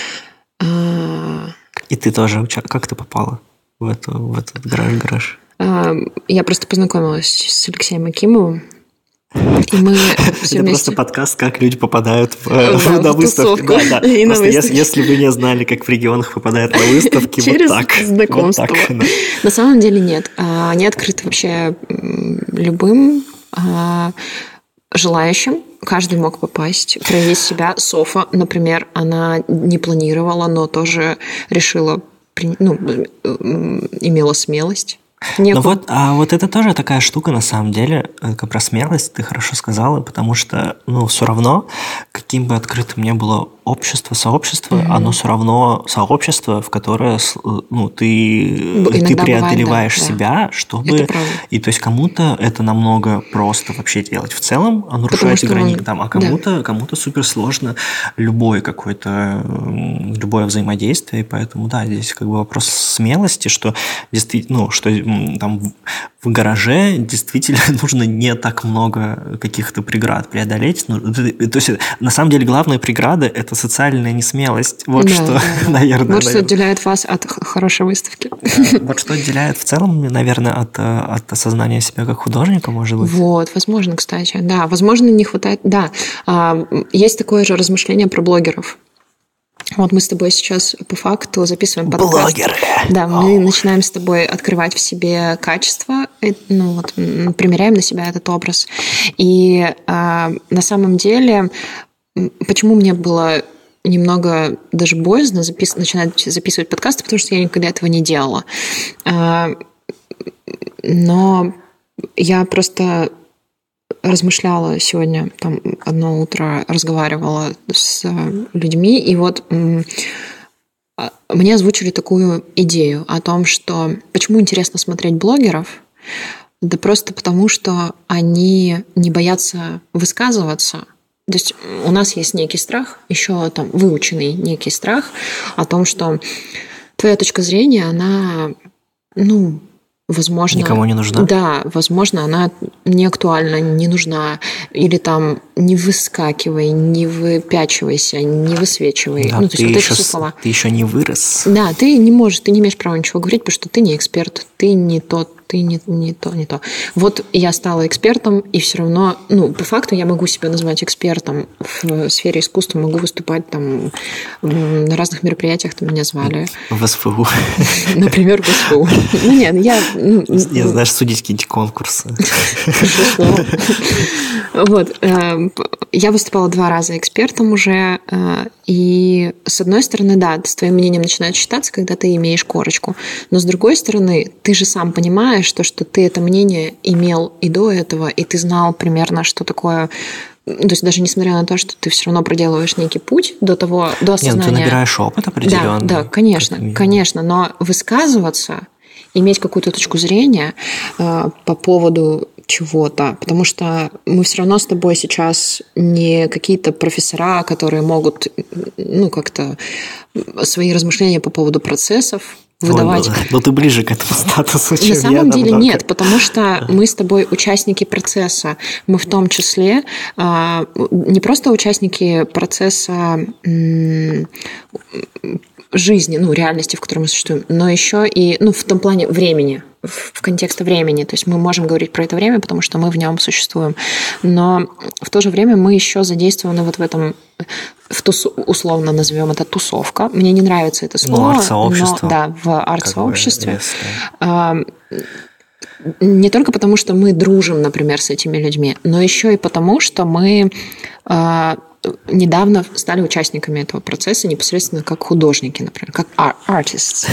И ты тоже, как ты попала в, эту, в этот гараж-гараж? Я просто познакомилась с Алексеем Акимовым. И мы все Это вместе... просто подкаст, как люди попадают в, да, на выставки. Да, да. И на выставки. Если, если вы не знали, как в регионах попадают на выставки, через вот так. знакомство. Вот так, да. На самом деле нет. Они открыты вообще любым желающим. Каждый мог попасть, проявить себя. Софа, например, она не планировала, но тоже решила, ну, имела смелость. Ну вот, а вот это тоже такая штука, на самом деле, как про смелость, ты хорошо сказала, потому что, ну, все равно, каким бы открытым ни было общество, сообщество, mm-hmm. оно все равно сообщество, в которое, ну, ты, ты преодолеваешь бывает, да, себя, да. чтобы... И то есть кому-то это намного просто вообще делать в целом, а нарушать границы, там, а кому-то, да. кому-то супер сложно любое какое-то, любое взаимодействие, поэтому, да, здесь как бы вопрос смелости, что действительно, ну, что там в гараже действительно нужно не так много каких-то преград преодолеть. Ну, то есть, на самом деле, главная преграда – это социальная несмелость. Вот да, что, да, да. наверное. Вот наверное. Что отделяет вас от хорошей выставки. Вот что отделяет в целом, наверное, от, от осознания себя как художника, может быть. Вот, возможно, кстати. Да, возможно, не хватает... Да, есть такое же размышление про блогеров. Вот мы с тобой сейчас по факту записываем подкаст. Блогеры! Да, мы oh. начинаем с тобой открывать в себе качества, ну вот примеряем на себя этот образ. И а, на самом деле, почему мне было немного даже боязно запис- начинать записывать подкасты, потому что я никогда этого не делала. А, но я просто... размышляла сегодня, там одно утро разговаривала с людьми, и вот мне озвучили такую идею о том, что почему интересно смотреть блогеров, да просто потому, что они не боятся высказываться. То есть у нас есть некий страх, еще там выученный некий страх о том, что твоя точка зрения, она, ну, возможно... Никому не нужна. Да, возможно, она не актуальна, не нужна. Или там не выскакивай, не выпячивайся, не высвечивай. Да, ну, то ты, есть вот еще, эти слова. Ты еще не вырос. Да, ты не можешь, ты не имеешь права ничего говорить, потому что ты не эксперт, ты не тот, ты не, не то, не то. Вот я стала экспертом, и все равно, ну, по факту я могу себя назвать экспертом в сфере искусства, могу выступать там на разных мероприятиях, там меня звали. В СФУ. Например, в СФУ. Ну, нет, я... Я, знаешь, судить какие-то конкурсы. Вот. Я выступала два раза экспертом уже, и с одной стороны, да, с твоим мнением начинает считаться, когда ты имеешь корочку, но с другой стороны, ты же сам понимаешь, что, что ты это мнение имел и до этого, и ты знал примерно, что такое... То есть даже несмотря на то, что ты все равно проделываешь некий путь до того, до осознания... Нет, ты набираешь опыт определенный. Да, да, конечно, конечно, но высказываться, иметь какую-то точку зрения э, по поводу чего-то, потому что мы все равно с тобой сейчас не какие-то профессора, которые могут, ну, как-то свои размышления по поводу процессов выдавать. Ой, ну, ну ты ближе к этому статусу, чем На самом я, деле намного. Нет, потому что мы с тобой участники процесса. Мы в том числе не просто участники процесса жизни, ну, реальности, в которой мы существуем, но еще и, ну, в том плане времени, в, в контексте времени. То есть мы можем говорить про это время, потому что мы в нем существуем. Но в то же время мы еще задействованы вот в этом, в тус, условно назовем это тусовка. Мне не нравится это слово. Ну, арт-сообщество. Но, да, в арт-сообществе. Не только потому, что мы дружим, например, с этими людьми, но еще и потому, что мы э, недавно стали участниками этого процесса непосредственно как художники, например, как artists.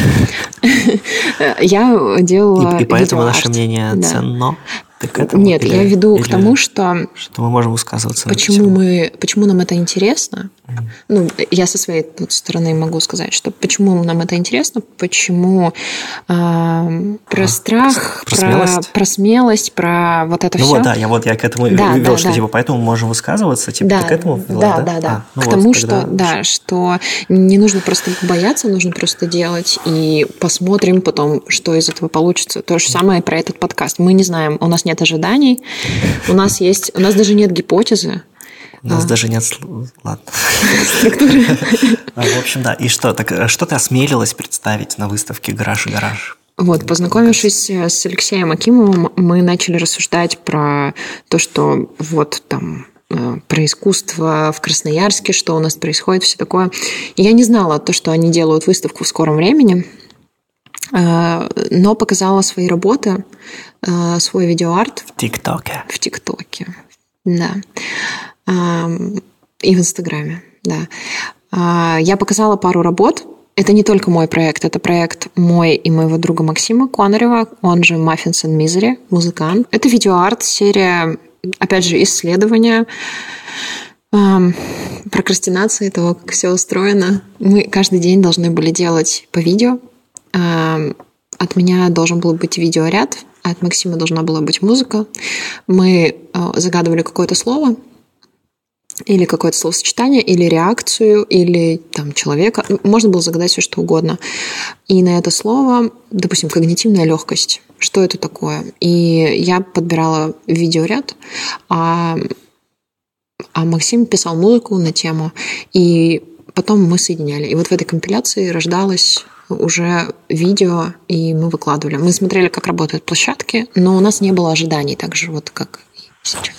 Я делала И поэтому наше мнение ценно? Нет, я веду к тому, что... Что мы можем высказываться. Почему, мы, почему нам это интересно? Mm. Ну, я со своей тут стороны могу сказать, что почему нам это интересно, почему э, про а, страх, про, про, смелость? про смелость, про вот это ну все. Ну вот, да, я вот я к этому да, вел, да, что да. типа поэтому мы можем высказываться, типа да, ты к этому вела, да? Да, да, да. А, ну к вот, тому, тогда... что, да, что не нужно просто бояться, нужно просто делать, и посмотрим потом, что из этого получится. То же самое про этот подкаст. Мы не знаем, у нас нет ожиданий, у нас есть, у нас даже нет гипотезы. У нас а. даже нет... Ладно. Структуры. В общем, да. И что? Так что ты осмелилась представить на выставке «Гараж и гараж»? Вот, познакомившись с Алексеем Акимовым, мы начали рассуждать про то, что вот там про искусство в Красноярске, что у нас происходит, все такое. И я не знала то, что они делают выставку в скором времени, но показала свои работы, свой видеоарт. В ТикТоке. В ТикТоке, да. И в Инстаграме, да. Я показала пару работ. Это не только мой проект, это проект мой и моего друга Максима Конарева, он же Muffins and Misery, музыкант. Это видеоарт, серия, опять же, исследования, прокрастинации того, как все устроено. Мы каждый день должны были делать по видео. От меня должен был быть видеоряд, а от Максима должна была быть музыка. Мы загадывали какое-то слово, или какое-то словосочетание, или реакцию, или там человека. Можно было загадать все, что угодно. И на это слово, допустим, когнитивная легкость. Что это такое? И я подбирала видеоряд, а, а Максим писал музыку на тему, и потом мы соединяли. И вот в этой компиляции рождалось уже видео, и мы выкладывали. Мы смотрели, как работают площадки, но у нас не было ожиданий, так же вот как и сейчас.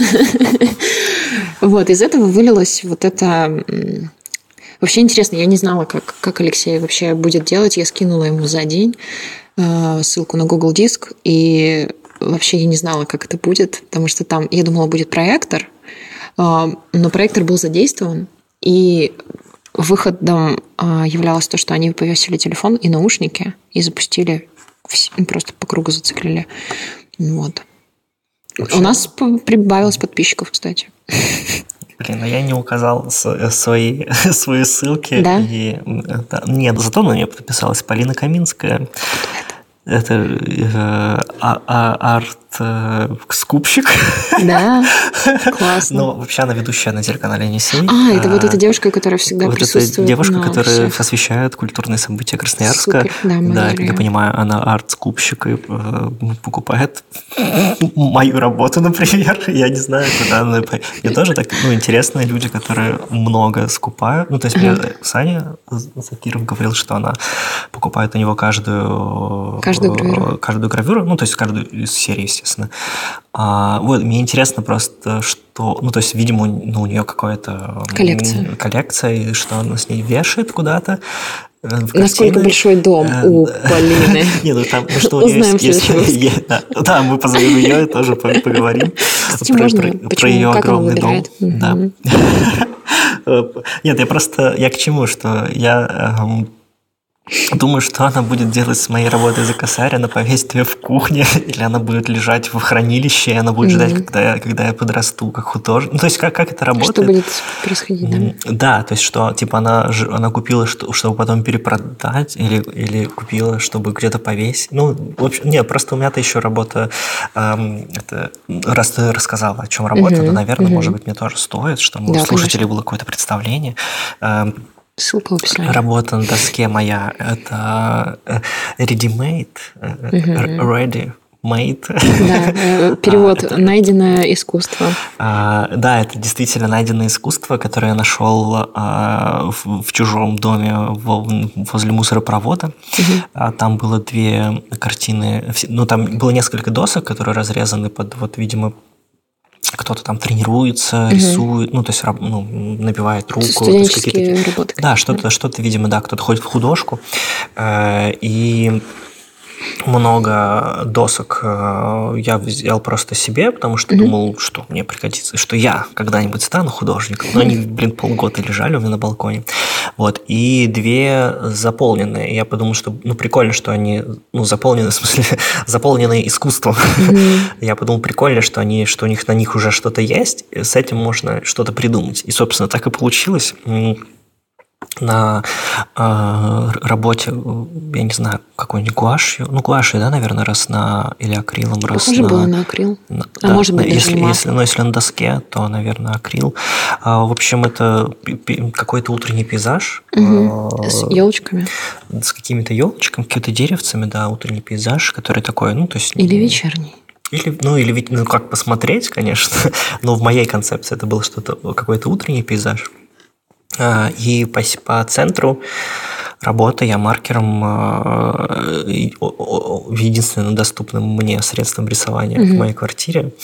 Вот, из этого вылилось вот это... Вообще интересно, я не знала, как, как Алексей вообще будет делать. Я скинула ему за день э, ссылку на Google Диск, и вообще я не знала, как это будет, потому что там, я думала, будет проектор, э, но проектор был задействован, и выходом э, являлось то, что они повесили телефон и наушники, и запустили, просто по кругу зациклили. Вот. Вообще... У нас прибавилось подписчиков, кстати. Блин, а я не указал свои, свои ссылки. Да? И, да, нет, зато на нее подписалась Полина Каминская. Это э, а, а, арт-скупщик. Да, классно. Но вообще она ведущая на телеканале «Енисей». А, это а, вот эта девушка, которая всегда вот присутствует. Это девушка, на которая всех. освещает культурные события Красноярска. Супер, да, да, как я понимаю, она арт-скупщик и э, покупает мою работу, например. Я не знаю, куда она... Мне тоже так ну, интересные люди, которые много скупают. Ну, то есть мне Саня Закиров говорил, что она покупает у него каждую... Каждую гравюру. Каждую гравюру, ну, то есть каждую из серий, естественно. А, вот, мне интересно просто, что... Ну, то есть, видимо, ну, у нее какая-то... Коллекция. Коллекция, и что она с ней вешает куда-то. Насколько большой дом у Полины? Не, ну там, ну что у нее есть... Да, мы позовем ее и тоже поговорим про ее огромный дом. Да. Нет, я просто... Я к чему, что я... Думаю, что она будет делать с моей работой за косарь, она повесит ее в кухне, или она будет лежать в хранилище, и она будет mm-hmm. ждать, когда я, когда я подрасту как художник. Ну, то есть, как, как это работает? Что будет происходить, да? Да, то есть, что, типа, она, она купила, что, чтобы потом перепродать, или, или купила, чтобы где-то повесить. Ну, в общем, нет, просто у меня-то еще работа, эм, это, раз ты рассказала, о чем работа, mm-hmm. то, наверное, mm-hmm. может быть, мне тоже стоит, чтобы да, у слушателей конечно. Было какое-то представление. Эм, Ссылка в описании. Работа на доске моя – это ready-made, uh-huh. ready, Made. Да, перевод а, «найденное искусство». А, да, это действительно найденное искусство, которое я нашел а, в, в чужом доме во, возле мусоропровода. Угу. А, там было две картины, ну, там было несколько досок, которые разрезаны под, вот, видимо, кто-то там тренируется, угу. рисует, ну, то есть ну, набивает руку. Студенческие то есть какие-то... работы. Да, что-то, что-то, видимо, да, кто-то ходит в художку. И много досок я взял просто себе, потому что угу. думал, что мне пригодится, что я когда-нибудь стану художником. Но они, блин, полгода лежали у меня на балконе. Вот. И две заполненные. Я подумал, что ну, прикольно, что они ну, заполнены, в смысле, заполнены искусством. Угу. Я подумал, прикольно, что, они, что у них на них уже что-то есть, и с этим можно что-то придумать. И, собственно, так и получилось. На э, работе, я не знаю, какой-нибудь гуашью, ну, гуашью, да, наверное, раз на, или акрилом, раз Похоже на... было на акрил. На, а да, может быть, даже если, на если, ну, если на доске, то, наверное, акрил. А, в общем, это какой-то утренний пейзаж. Угу. С елочками. С какими-то елочками, какими-то деревцами, да, утренний пейзаж, который такой, ну, то есть... Или вечерний. Или, ну, или, ну, как посмотреть, конечно, но в моей концепции это было что-то, какой-то утренний пейзаж. И по, по центру работы я маркером единственным доступным мне средством рисования mm-hmm. в моей квартире.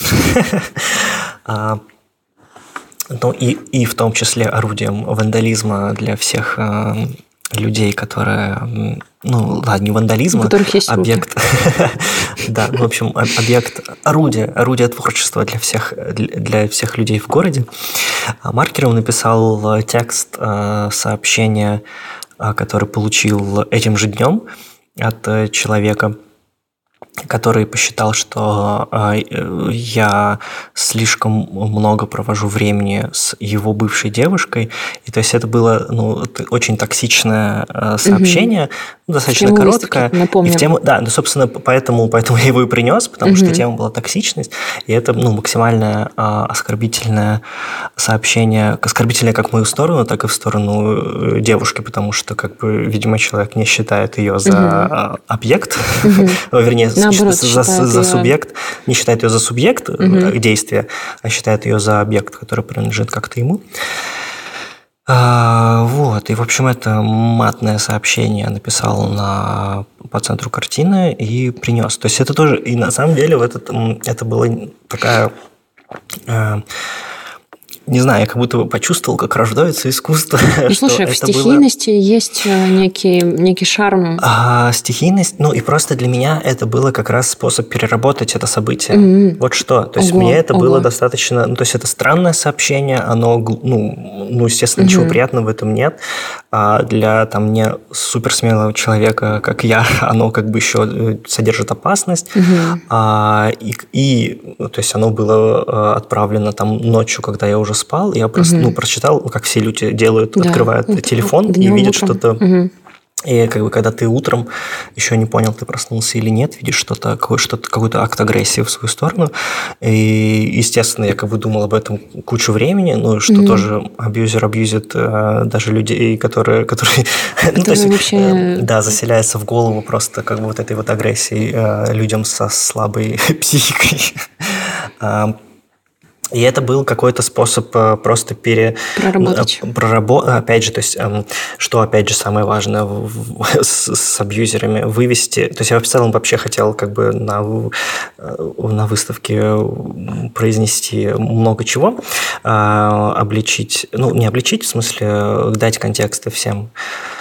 Ну и, и в том числе орудием вандализма для всех людей, которые... Ну, ладно, не вандализма, у которых есть объект... Да, в общем, объект, орудие, орудие творчества для всех, для всех людей в городе. Маркером написал текст сообщения, который получил этим же днем от человека, который посчитал, что э, я слишком много провожу времени с его бывшей девушкой. И то есть это было ну, очень токсичное э, сообщение, угу. достаточно короткое. И в тему, да, ну, собственно, поэтому, поэтому я его и принес, потому угу. что тема была токсичность. И это ну, максимально э, оскорбительное сообщение, оскорбительное как в мою сторону, так и в сторону девушки, потому что, как бы, видимо, человек не считает ее за угу. объект, угу. вернее, Наоборот, за, за субъект, не считает ее за субъект угу. действия, а считает ее за объект, который принадлежит как-то ему. А, вот, и, в общем, это матное сообщение написал на, по центру картины и принес. То есть это тоже, и на самом деле в этот, это была такая... Не знаю, я как будто бы почувствовал, как рождается искусство. Ну, слушай, в стихийности было... есть некий, некий шарм. А, стихийность, ну и просто для меня это было как раз способ переработать это событие. Mm-hmm. Вот что. То есть ого, мне это ого. было достаточно... Ну, то есть это странное сообщение, оно, ну, ну естественно, mm-hmm. ничего приятного в этом нет. А для там, не суперсмелого человека, как я, оно как бы еще содержит опасность. Mm-hmm. А, и, и, то есть оно было отправлено там ночью, когда я уже спал, я просто угу. ну, прочитал, как все люди делают, да. открывают утром, телефон и видят утром. что-то. Угу. И как бы, когда ты утром еще не понял, ты проснулся или нет, видишь что-то, что-то, какой-то акт агрессии в свою сторону. И, естественно, я как бы думал об этом кучу времени, ну, что mm-hmm. тоже абьюзер абьюзит э, даже людей, которые, которые, которые ну, то есть, вообще... э, да, заселяются в голову просто как бы вот этой вот агрессией э, людям со слабой психикой. И это был какой-то способ просто пере... проработать. Прорабо... Опять же, то есть, что, опять же, самое важное с, с абьюзерами, вывести... То есть я в целом вообще хотел как бы на, на выставке произнести много чего, обличить... Ну, не обличить, в смысле, дать контексты всем.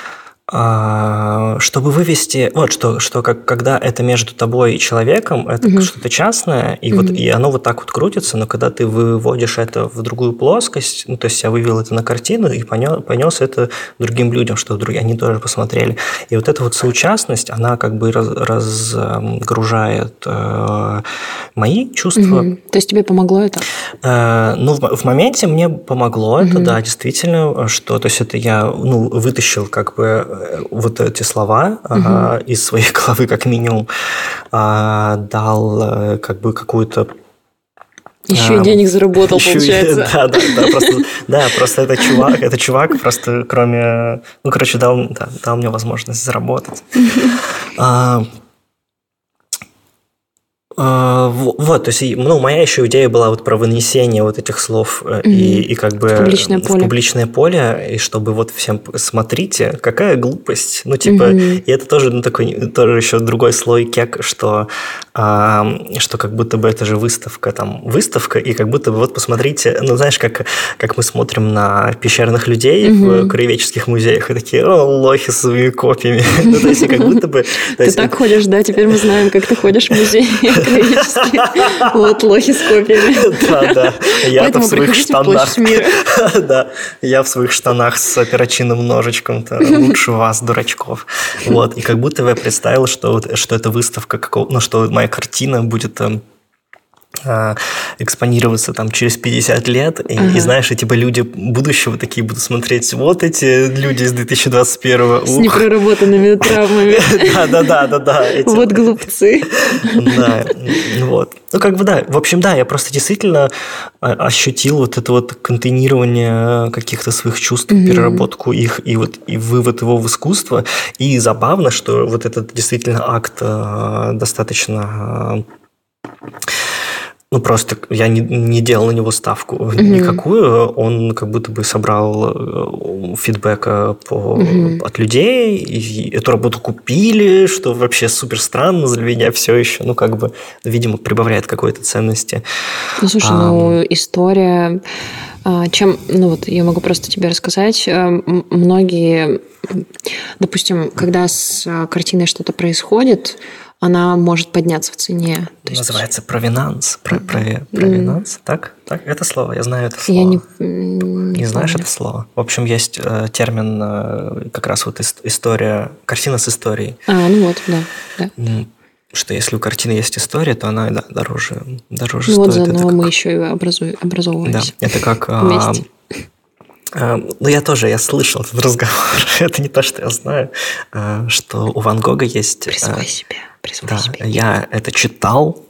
Чтобы вывести, вот что, что как, когда это между тобой и человеком, это mm-hmm. что-то частное, и, mm-hmm. вот, и оно вот так вот крутится, но когда ты выводишь это в другую плоскость, ну, то есть я вывел это на картину и понес, понес это другим людям, что другие, они тоже посмотрели. И вот эта вот соучастность, она как бы раз, разгружает э, мои чувства. Mm-hmm. То есть тебе помогло это? Э, ну, в, в моменте мне помогло mm-hmm. это, да, действительно, что, то есть это я, ну, вытащил как бы вот эти слова угу. а, из своей головы, как минимум, а, дал а, как бы какую-то... Еще а, и денег заработал, еще получается. И, да, да, да, просто, да, просто это чувак, это чувак просто кроме... Ну, короче, дал, да, дал мне возможность заработать. А, э, вот, то есть, ну, моя еще идея была вот про вынесение вот этих слов mm-hmm. и, и как бы в публичное, в поле. публичное поле, и чтобы вот всем смотрите, какая глупость. Ну, типа, mm-hmm. и это тоже, ну, такой, тоже еще другой слой кек, что, э, что как будто бы это же выставка, там, выставка, и как будто бы вот посмотрите, ну, знаешь, как, как мы смотрим на пещерных людей mm-hmm. в краеведческих музеях, и такие, о, лохи с своими копьями. Ну, то есть, как будто бы... Ты так ходишь, да? Теперь мы знаем, как ты ходишь в музей краеведческий. Вот, лохи с копьями. Да, да. Я-то в своих штанах. Да, я в своих штанах с перочинным ножичком-то лучше вас, дурачков. Вот, и как будто бы я представил, что, что это выставка, какого, ну, что моя картина будет... экспонироваться там через пятьдесят лет, и, ага. и знаешь, и типа люди будущего такие будут смотреть, вот эти люди из две тысячи двадцать первого. С непроработанными травмами. Да-да-да-да-да. Вот глупцы. Да, вот. Ну, как бы да, в общем, да, я просто действительно ощутил вот это вот контейнирование каких-то своих чувств, переработку их и вот и вывод его в искусство. И забавно, что вот этот действительно акт достаточно... Ну, просто я не, не делал на него ставку mm-hmm. никакую. Он как будто бы собрал фидбэка по, mm-hmm. от людей, и эту работу купили, что вообще супер странно для меня все еще. Ну, как бы, видимо, прибавляет какой-то ценности. Ну, слушай, а, ну, история... Чем, ну, вот я могу просто тебе рассказать. Многие, допустим, когда с картиной что-то происходит, она может подняться в цене. Называется провинанс. Про, про, провинанс, mm. так? Так? Это слово, я знаю это слово. Я не, не, не знаешь помню. Это слово? В общем, есть э, термин э, как раз вот история, картина с историей. А, ну вот, да. да. Что если у картины есть история, то она да, дороже, дороже ну стоит. Вот заодно это мы как... еще и образу... образовываемся. Да, это как... Вместе. Ну, я тоже, я слышал этот разговор. Это не то, что я знаю, что у Ван Гога есть... Присвой себе, присвой да, себе. Я это читал.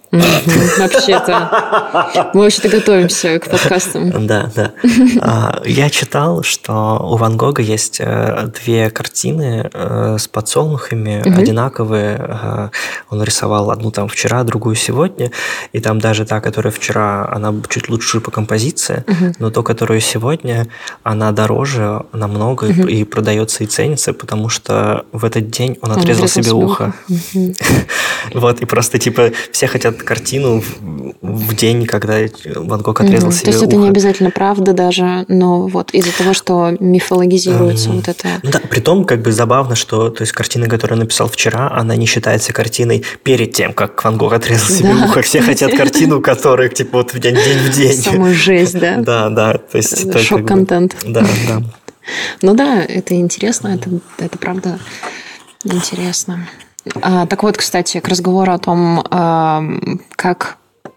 Вообще-то. Мы вообще-то готовимся к подкастам. Да, да. Я читал, что у Ван Гога есть две картины с подсолнухами, одинаковые. Он рисовал одну там вчера, другую сегодня. И там даже та, которая вчера, она чуть лучше по композиции, но то, которую сегодня, она дороже намного и продается и ценится, потому что в этот день он отрезал себе ухо. Вот, и просто типа все хотят картину в, в день, когда Ван Гог отрезал mm-hmm. себе ухо. То есть это не обязательно правда даже, но вот из-за того, что мифологизируется mm-hmm. вот это. Да, притом как бы забавно, что то есть картина, которую он написал вчера, она не считается картиной перед тем, как Ван Гог отрезал себе да, ухо. Все хотят картину, которая типа вот в день, день в день. Самую жесть, да? Да, да. То есть шок-контент. Как бы, да, да. Ну да, это интересно, это, это правда интересно. А, так вот, кстати, к разговору о том, а, как,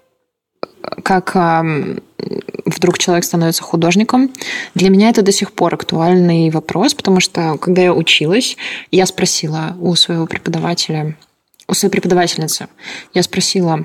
как а, вдруг человек становится художником, для меня это до сих пор актуальный вопрос, потому что, когда я училась, я спросила у своего преподавателя, у своей преподавательницы, я спросила,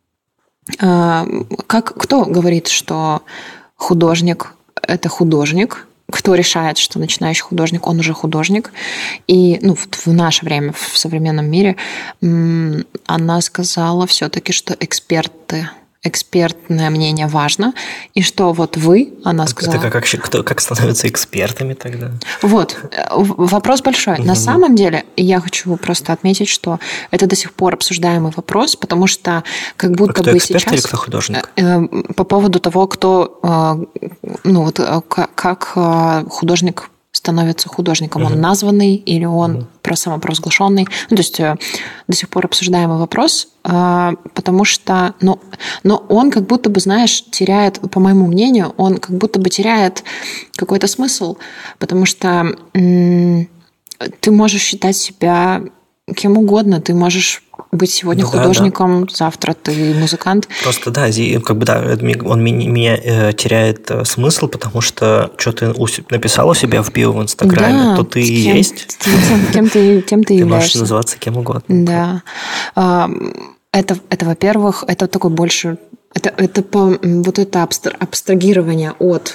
а, как, кто говорит, что художник – это художник, кто решает, что начинающий художник, он уже художник. И ну, в, в наше время, в современном мире, м- она сказала все-таки, что эксперты, экспертное мнение важно, и что вот вы, она сказала... Это как, кто, как становятся экспертами тогда? Вот, вопрос большой. Угу. На самом деле, я хочу просто отметить, что это до сих пор обсуждаемый вопрос, потому что как будто а кто бы эксперт сейчас... или кто художник? По поводу того, кто... Ну вот, как художник становится художником. Uh-huh. Он названный или он uh-huh. про самопровозглашенный. Ну, то есть до сих пор обсуждаемый вопрос, потому что ну, но он как будто бы, знаешь, теряет, по моему мнению, он как будто бы теряет какой-то смысл, потому что м- ты можешь считать себя кем угодно. Ты можешь быть сегодня ну, художником, да, да. завтра ты музыкант. Просто да, как бы да, он меня э, теряет э, смысл, потому что что ты у, написал у себя в био в Инстаграме, да, то ты и кем, есть. Тем, тем, ты, тем ты, ты являешься. Можешь называться кем угодно. Да. А, это, это, во-первых, это такой больше... Это, это по, вот это абстрагирование от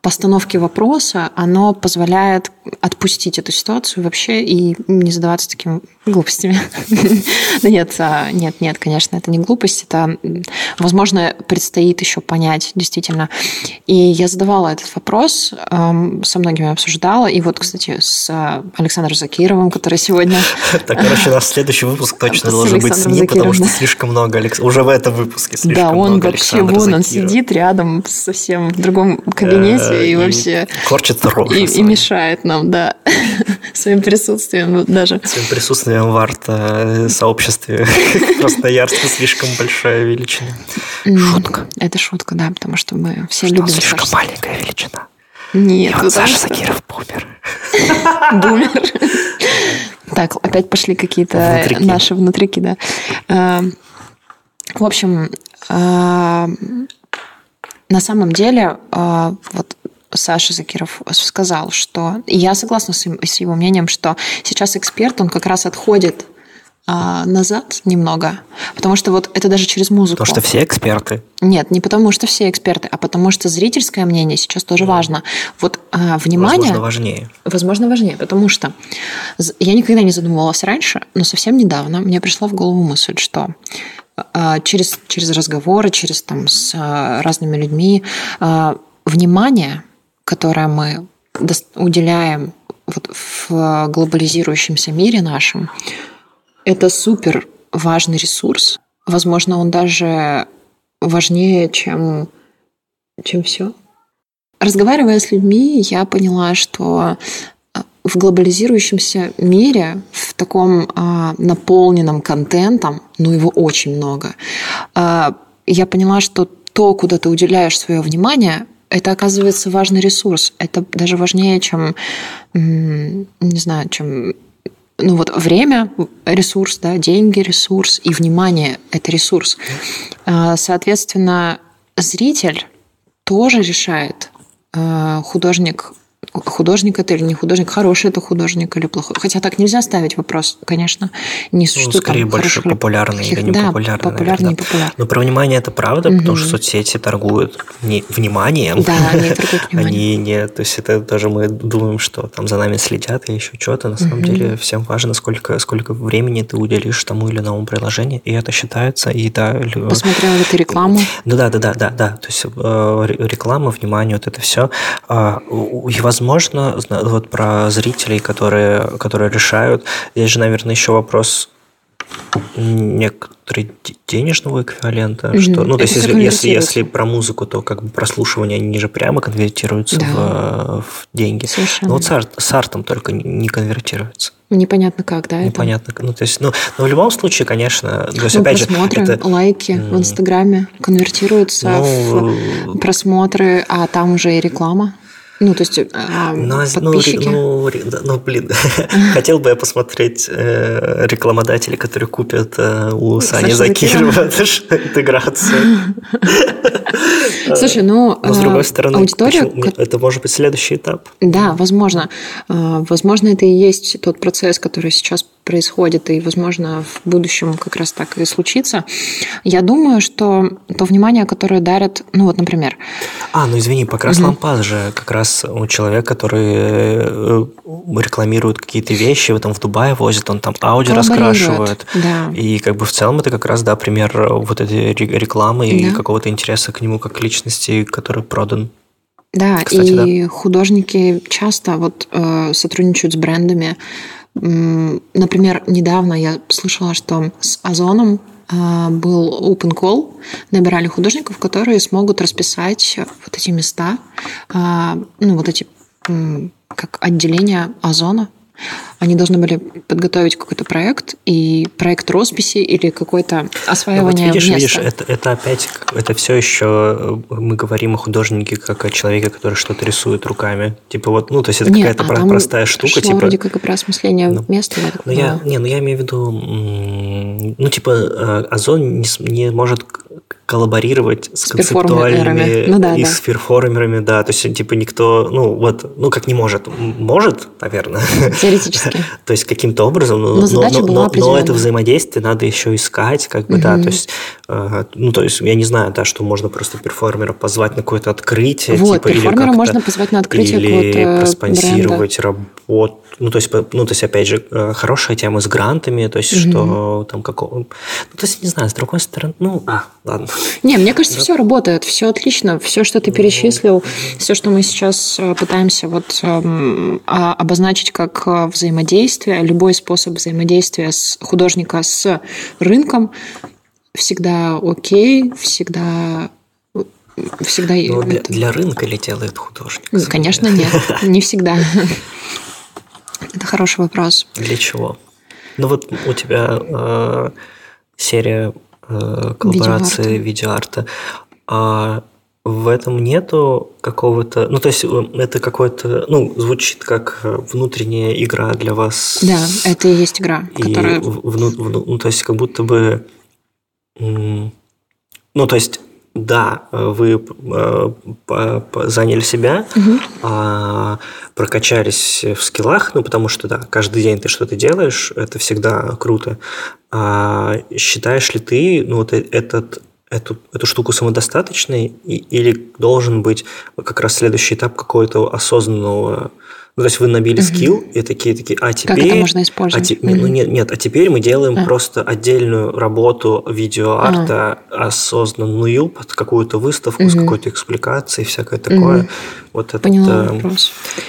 постановки вопроса, оно позволяет отпустить эту ситуацию вообще и не задаваться такими глупостями. Нет, нет, нет, конечно, это не глупость, это, возможно, предстоит еще понять, действительно. И я задавала этот вопрос, со многими обсуждала, и вот, кстати, с Александром Закировым, который сегодня... Так, короче, у нас следующий выпуск точно должен быть с ним, потому что слишком много Александра. Уже в этом выпуске слишком много Александра Закирова. Да, он вообще, вон, он сидит рядом совсем в другом кабинете и вообще... Корчится рожу. И мешает нам, да, своим присутствием даже. Своим присутствием в арт-сообществе Красноярска слишком большая величина. Шутка. Это шутка, да, потому что мы все любим... Слишком маленькая величина. Нет. И вот Саша Закиров бумер. Бумер. Так, опять пошли какие-то внутрики. Наши внутрики, да. В общем, на самом деле, вот Саша Закиров сказал, что... И я согласна с его мнением, что сейчас эксперт, он как раз отходит назад немного, потому что вот это даже через музыку. Потому что все эксперты. Нет, не потому что все эксперты, а потому что зрительское мнение сейчас тоже mm. важно. Вот а, внимание... Возможно, важнее. Возможно, важнее, потому что я никогда не задумывалась раньше, но совсем недавно мне пришла в голову мысль, что а, через, через разговоры, через там с а, разными людьми а, внимание, которое мы уделяем вот в глобализирующемся мире нашем, это супер важный ресурс. Возможно, он даже важнее, чем, чем все. Разговаривая с людьми, я поняла, что в глобализирующемся мире, в таком а, наполненном контентом, ну, его очень много, а, я поняла, что то, куда ты уделяешь свое внимание, это, оказывается, важный ресурс. Это даже важнее, чем, не знаю, чем... Ну вот время – ресурс, да, деньги – ресурс, и внимание – это ресурс. Соответственно, зритель тоже решает, художник, художник это или не художник, хороший это художник или плохой. Хотя так нельзя ставить вопрос, конечно. Не существует, ну, скорее там, больше популярный или непопулярный. Да, популярный, наверное, непопулярный. Но про внимание это правда, угу. потому что соцсети торгуют не вниманием. Да, они торгуют вниманием. Они не, то есть это тоже мы думаем, что там за нами следят и еще что-то. На самом угу. деле всем важно, сколько, сколько времени ты уделишь тому или иному приложению, и это считается. И, да, посмотрела ли ты рекламу? Ну да, да, да, да, да. То есть реклама, внимание, вот это все. И возможно, вот про зрителей, которые, которые решают, здесь же, наверное, еще вопрос некоторые денежного эквивалента. Mm-hmm. Что, ну, то есть, если, если, если про музыку, то как бы прослушивание, они же прямо конвертируются да. в, в деньги. Совершенно. Но вот с, арт, с артом только не конвертируется. Непонятно как, да? Непонятно. Это? Ну, то есть, ну, но в любом случае, конечно... То есть, ну, опять просмотры, же, это... лайки mm. в Инстаграме конвертируются ну... в просмотры, а там уже и реклама. Ну, то есть а, но, подписчики. Ну, ну, ну блин, хотел бы я посмотреть э, рекламодателей, которые купят э, у Сани Закирова интеграцию. Слушай, ну, но с другой стороны, аудитория... это может быть следующий этап. Да, возможно. Возможно, это и есть тот процесс, который сейчас происходит, и, возможно, в будущем как раз так и случится. Я думаю, что то внимание, которое дарят, ну вот, например... А, ну извини, Покрас угу. Лампас же как раз у человека, который рекламирует какие-то вещи, там в Дубае возит, он там аудио раскрашивает. Да. И как бы в целом это как раз, да, пример вот этой рекламы да. и какого-то интереса к нему как к личности, который продан. Да, кстати, и да. художники часто вот э, сотрудничают с брендами. Например, недавно я слышала, что с Озоном был open call, набирали художников, которые смогут расписать вот эти места, ну, вот эти как отделения Озона. Они должны были подготовить какой-то проект, и проект росписи или какое-то осваивание ну, вот видишь, места. Видишь, это, это опять, это все еще мы говорим о художнике как о человеке, который что-то рисует руками. Типа вот, ну, то есть это Нет, какая-то а простая штука. Типа, вроде как и про осмысление ну, места. Я ну, я, не, ну, я имею в виду, ну, типа, Озон не, не может коллаборировать с, с концептуальными ну, да, и да. с перформерами, да, то есть, типа, никто, ну, вот, ну, как не может, может, наверное. Теоретически. То есть, каким-то образом, но, но, но, но, но это взаимодействие надо еще искать, как бы, угу. да, то есть, Ну, то есть, я не знаю, да, что можно просто перформера позвать на какое-то открытие. Вот, типа, перформера или можно позвать на открытие или проспонсировать работу. Ну, то есть, ну, то есть, опять же, хорошая тема с грантами, то есть, mm-hmm. что там какого... Ну, то есть, не знаю, с другой стороны, ну, а, ладно. Не, мне кажется, да. все работает, все отлично, все, что ты перечислил, mm-hmm. все, что мы сейчас пытаемся вот э, обозначить как взаимодействие, любой способ взаимодействия с художника с рынком, всегда окей, всегда... всегда Но для, это... для рынка ли делает художник? Ну, конечно, нет, не всегда. Это хороший вопрос. Для чего? Ну вот у тебя э, серия э, коллаборации видеоарта, а в этом нету какого-то... Ну, то есть это какой-то... Ну, звучит как внутренняя игра для вас. Да, это и есть игра, которая... Вну, вну, ну, то есть как будто бы... Ну, то есть... Да, вы заняли себя, угу. прокачались в скиллах, ну, потому что, да, каждый день ты что-то делаешь, это всегда круто. А считаешь ли ты, ну, вот этот, эту, эту штуку самодостаточной, или должен быть как раз следующий этап какого-то осознанного... Ну, то есть вы набили угу. скилл, и такие, такие, а теперь... Как это можно использовать? А те, угу. Ну, нет, нет, а теперь мы делаем а. просто отдельную работу видеоарта, а. осознанную, под какую-то выставку, угу. с какой-то экспликацией, всякое такое. Угу. Вот это, поняла это... вопрос.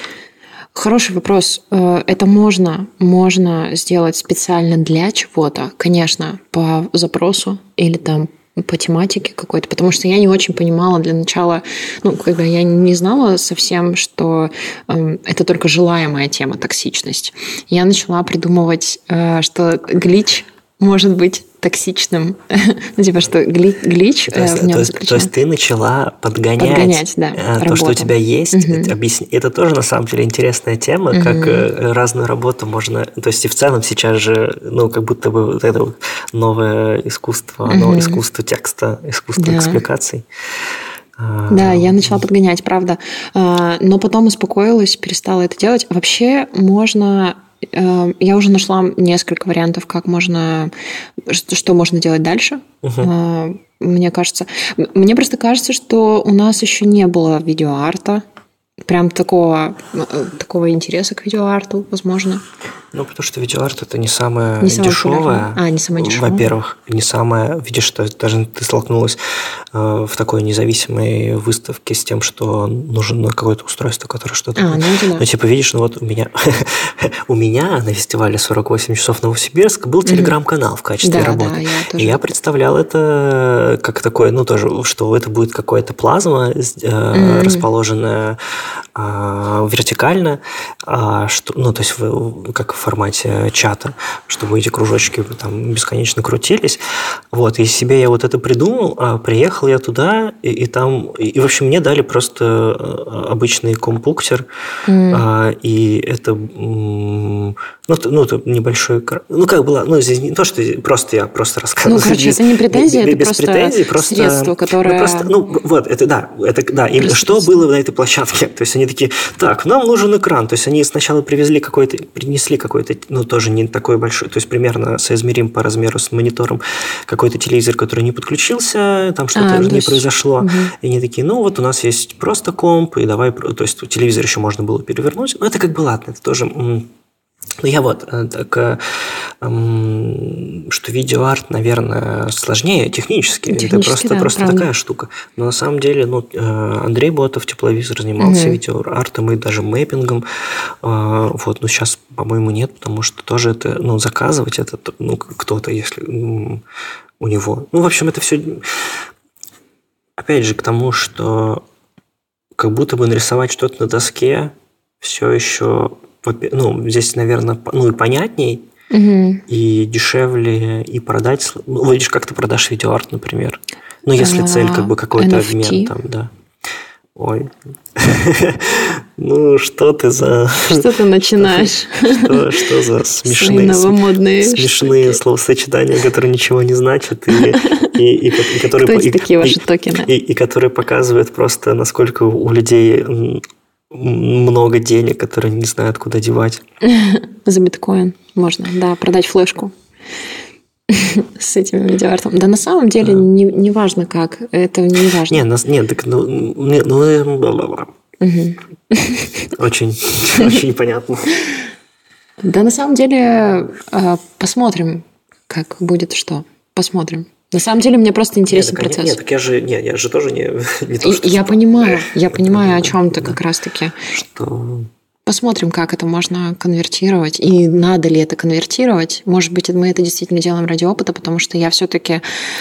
Хороший вопрос. Это можно, можно сделать специально для чего-то, конечно, по запросу или там по тематике какой-то, потому что я не очень понимала для начала, ну, когда я не знала совсем, что э, это только желаемая тема токсичность. Я начала придумывать, э, что глич может быть токсичным. Ну, типа, что гли, глич то есть, в нем то, заключен. То есть ты начала подгонять, подгонять да, то, работу. Что у тебя есть. Угу. Это, объясни... это тоже, на самом деле, интересная тема, угу. как разную работу можно... То есть и в целом сейчас же, ну, как будто бы вот это вот новое искусство, угу. новое искусство текста, искусство да. экспликаций. Да, я начала подгонять, правда. Но потом успокоилась, перестала это делать. Вообще можно... Я уже нашла несколько вариантов, как можно, что можно делать дальше. Uh-huh. Мне кажется, мне просто кажется, что у нас еще не было видеоарта, прям такого, такого интереса к видеоарту, возможно. Ну, потому что видеоарт это не самое не дешевое. А, не самое дешевое. Во-первых, не самое... Видишь, что даже ты столкнулась э, в такой независимой выставке с тем, что нужно какое-то устройство, которое что-то... А, ну, да. Ну, типа, видишь, ну вот у меня... у меня на фестивале сорок восемь часов Новосибирск был телеграм-канал в качестве да, работы. Да, я тоже. И я представлял это как такое, ну, тоже, что это будет какая-то плазма, э, mm-hmm. расположенная э, вертикально, э, что, ну, то есть в, как в формате чата, чтобы эти кружочки там бесконечно крутились. Вот, и себе я вот это придумал, а приехал я туда, и, и там, и, и, в общем, мне дали просто обычный компьютер, mm. а, и это, ну, ну, это небольшой, ну, как было, ну, здесь не то, что просто я просто рассказываю. Ну, короче, без, это не претензия, без, это без просто претензий, просто, средство, которое... Ну, просто, ну, вот, это, да, это, да, и что было на этой площадке? То есть они такие, так, нам нужен экран, то есть они сначала привезли какой-то, принесли какой-то, ну, тоже не такой большой, то есть примерно соизмерим по размеру с монитором какой-то телевизор, который не подключился, там что-то а, не есть... произошло. Угу. И они такие, ну, вот у нас есть просто комп, и давай, то есть телевизор еще можно было перевернуть. Ну, это как бы ладно, это тоже... Ну, я вот, так, эм, что видеоарт, наверное, сложнее технически. технически это просто, да, просто такая штука. Но на самом деле, ну, Андрей Ботов, тепловизор, занимался угу. видеоартом и даже мэппингом. Э, вот, но сейчас, по-моему, нет, потому что тоже это, ну, заказывать это, ну, кто-то, если ну, у него. Ну, в общем, это все... Опять же, к тому, что как будто бы нарисовать что-то на доске все еще... Ну, здесь, наверное, ну и понятней, угу. и дешевле, и продать. Ну, видишь, как ты продашь видеоарт, например. Ну, если а, цель как бы какой-то эн эф ти. Обмен там, да. Ой. Ну, что ты за... Что ты начинаешь? Что за смешные смешные словосочетания, которые ничего не значат, и которые... Кто эти такие ваши токены? И которые показывают просто, насколько у людей... много денег, которые не знают, куда девать. За биткоин можно, да, продать флешку. с этим видеоартом. Да на самом деле не, не важно как. Это не важно. Не, нас, нет, так, ну, не, ну угу. Очень, очень непонятно. Да на самом деле посмотрим, как будет что. Посмотрим. На самом деле мне просто интересен нет, процесс. Нет, так я же, нет, я же тоже не, не то, что... Я понимаю, я понимаю, о чем ты как раз-таки. Что... Посмотрим, как это можно конвертировать, и надо ли это конвертировать. Может быть, мы это действительно делаем ради опыта, потому что я все-таки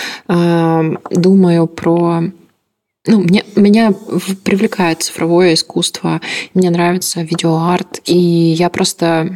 э, думаю про... Ну, мне, меня привлекает цифровое искусство, мне нравится видеоарт, и я просто...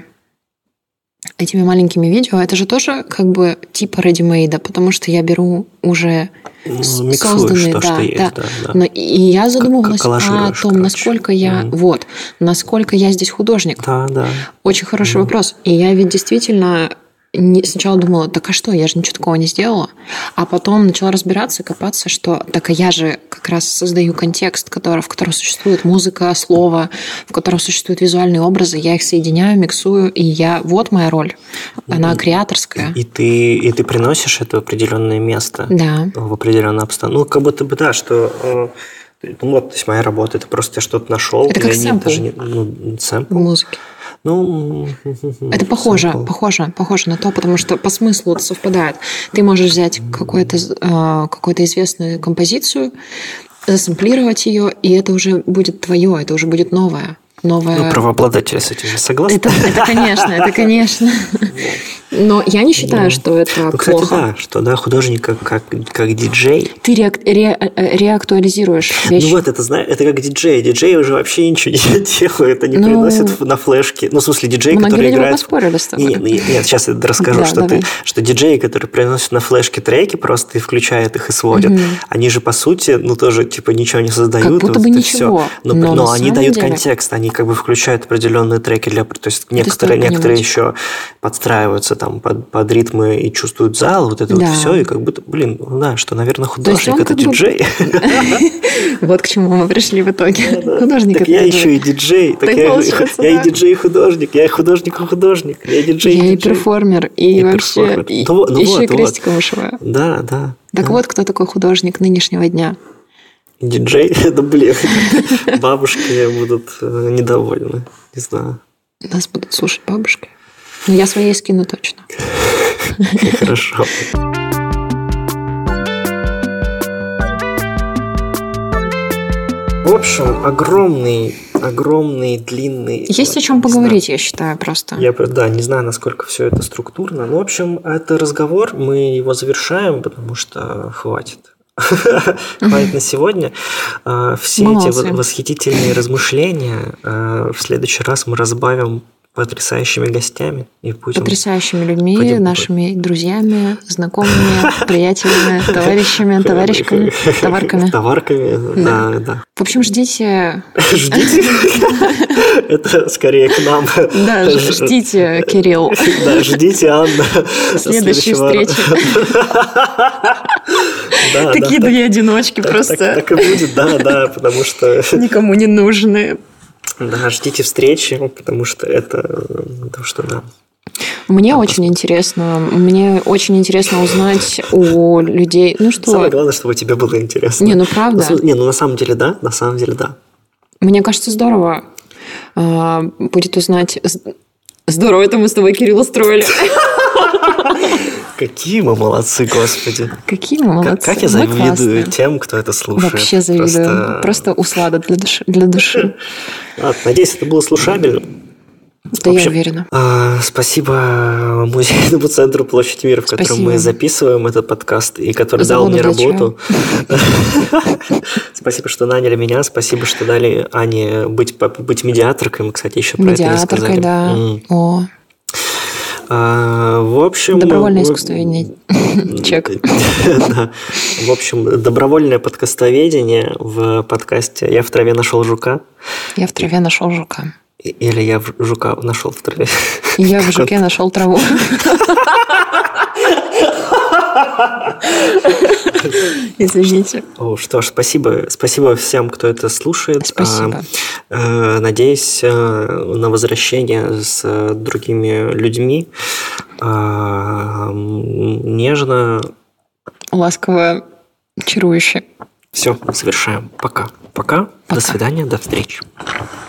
Этими маленькими видео, это же тоже как бы типа ready-made, потому что я беру уже ну, созданные, то, да, что есть, да. да, да. Но, и я задумывалась как, как о том, короче. насколько я, mm. вот, насколько я здесь художник. Да, да. Очень хороший mm. вопрос. И я ведь действительно не, сначала думала, так а что, я же ничего такого не сделала. А потом начала разбираться, копаться, что так а я же как раз создаю контекст, который, в котором существует музыка, слово, в котором существуют визуальные образы, я их соединяю, миксую, и я, вот моя роль, она и, креаторская. И ты, и ты приносишь это в определенное место, да. в определенную обстановку. Ну, как будто бы, да, что... Ну, вот, то есть моя работа, это просто я что-то нашел. Это как сэмпл даже не, ну, сэмпл. в музыке. Ну, это похоже, сэмпл. похоже, похоже на то, потому что по смыслу это совпадает. Ты можешь взять какую-то, какую-то известную композицию, засэмплировать ее, и это уже будет твое, это уже будет новое. Новое... Ну, правообладатели с этим же согласны. Это, это конечно, это конечно. Но я не считаю, ну, что это ну, плохо. Кстати, да, что да, художник как, как, как диджей. Ты ре, ре, реактуализируешь вещи. Ну вот, это, знаешь, это как диджей. Диджей уже вообще ничего не делает, они ну, приносят на флешке. Ну, в смысле, диджей, который играет... поспорили с тобой. Нет, нет, нет, сейчас я расскажу, да, что, ты, что диджеи, которые приносят на флешке треки просто и включают их и сводят, угу. они же, по сути, ну, тоже, типа, ничего не создают. Как будто вот бы ничего. Все. Но, но, но они дают деле... контекст, они как бы включают определенные треки для... То есть некоторые, некоторые еще подстраиваются там под, под ритмы и чувствуют зал, вот это да. вот все, и как будто, блин, ну да, что, наверное, художник – это диджей. Вот к чему мы пришли в итоге. Художник – это я еще и диджей. Я и диджей, и художник. Я и художник, и художник. Я и диджей, и диджей. Я и перформер, и вообще еще и крестиком вышиваю. Да, да. Так вот, кто такой художник нынешнего дня? Диджей? Да, блин. Бабушки будут недовольны. Не знаю. Нас будут слушать бабушки. Но я своей скину точно. Хорошо. В общем, огромный, огромный, длинный... Есть о чем поговорить, знаю. Я считаю, просто. Я, да, не знаю, насколько все это структурно. Но, в общем, это разговор, мы его завершаем, потому что хватит. Хватит на сегодня. Все эти восхитительные размышления в следующий раз мы разбавим потрясающими гостями. И будем... Потрясающими людьми, будем... нашими друзьями, знакомыми, приятелями, товарищами, товарищками, товарками. Товарками, да, да. да. В общем, ждите... Ждите? Это скорее к нам. Да, ждите, Кирилл. Да, ждите, Анна. Следующей встречи. Такие две одиночки просто. Так и будет, да, да, потому что... Никому не нужны. Да, ждите встречи, потому что это то, что да. Мне а очень просто... интересно. Мне очень интересно узнать у людей. Ну что? Самое главное, чтобы тебе было интересно. Не, ну правда. Ну, не, ну на самом деле да, на самом деле да. Мне кажется, здорово а, будет узнать. Здорово, это мы с тобой, Кирилл, устроили. Какие мы молодцы, господи. Какие мы молодцы. Как, как я завидую тем, кто это слушает. Вообще завидую. Просто, Просто услада для души. Для души. Ладно, надеюсь, это было слушабельно. Да, общем, я уверена. А, спасибо Музейному центру Площадь Мира, в котором спасибо. Мы записываем этот подкаст, и который Заводу дал мне работу. Спасибо, что наняли меня. Спасибо, что дали Ане быть, быть медиаторкой. Мы, кстати, еще про это не сказали. Медиаторкой, да. Mm. О. А, в общем... Добровольное искусствоведение. Чек. Да. В общем, добровольное подкастоведение в подкасте «Я в траве нашел жука». «Я в траве нашел жука». Или «Я в жука нашел в траве». «Я в жуке нашел траву». Извините. О, что ж, спасибо, спасибо всем, кто это слушает. Спасибо. Надеюсь на возвращение с другими людьми. а, нежно. Ласково, чарующе. Все, завершаем. Пока. Пока. Пока. До свидания, до встречи.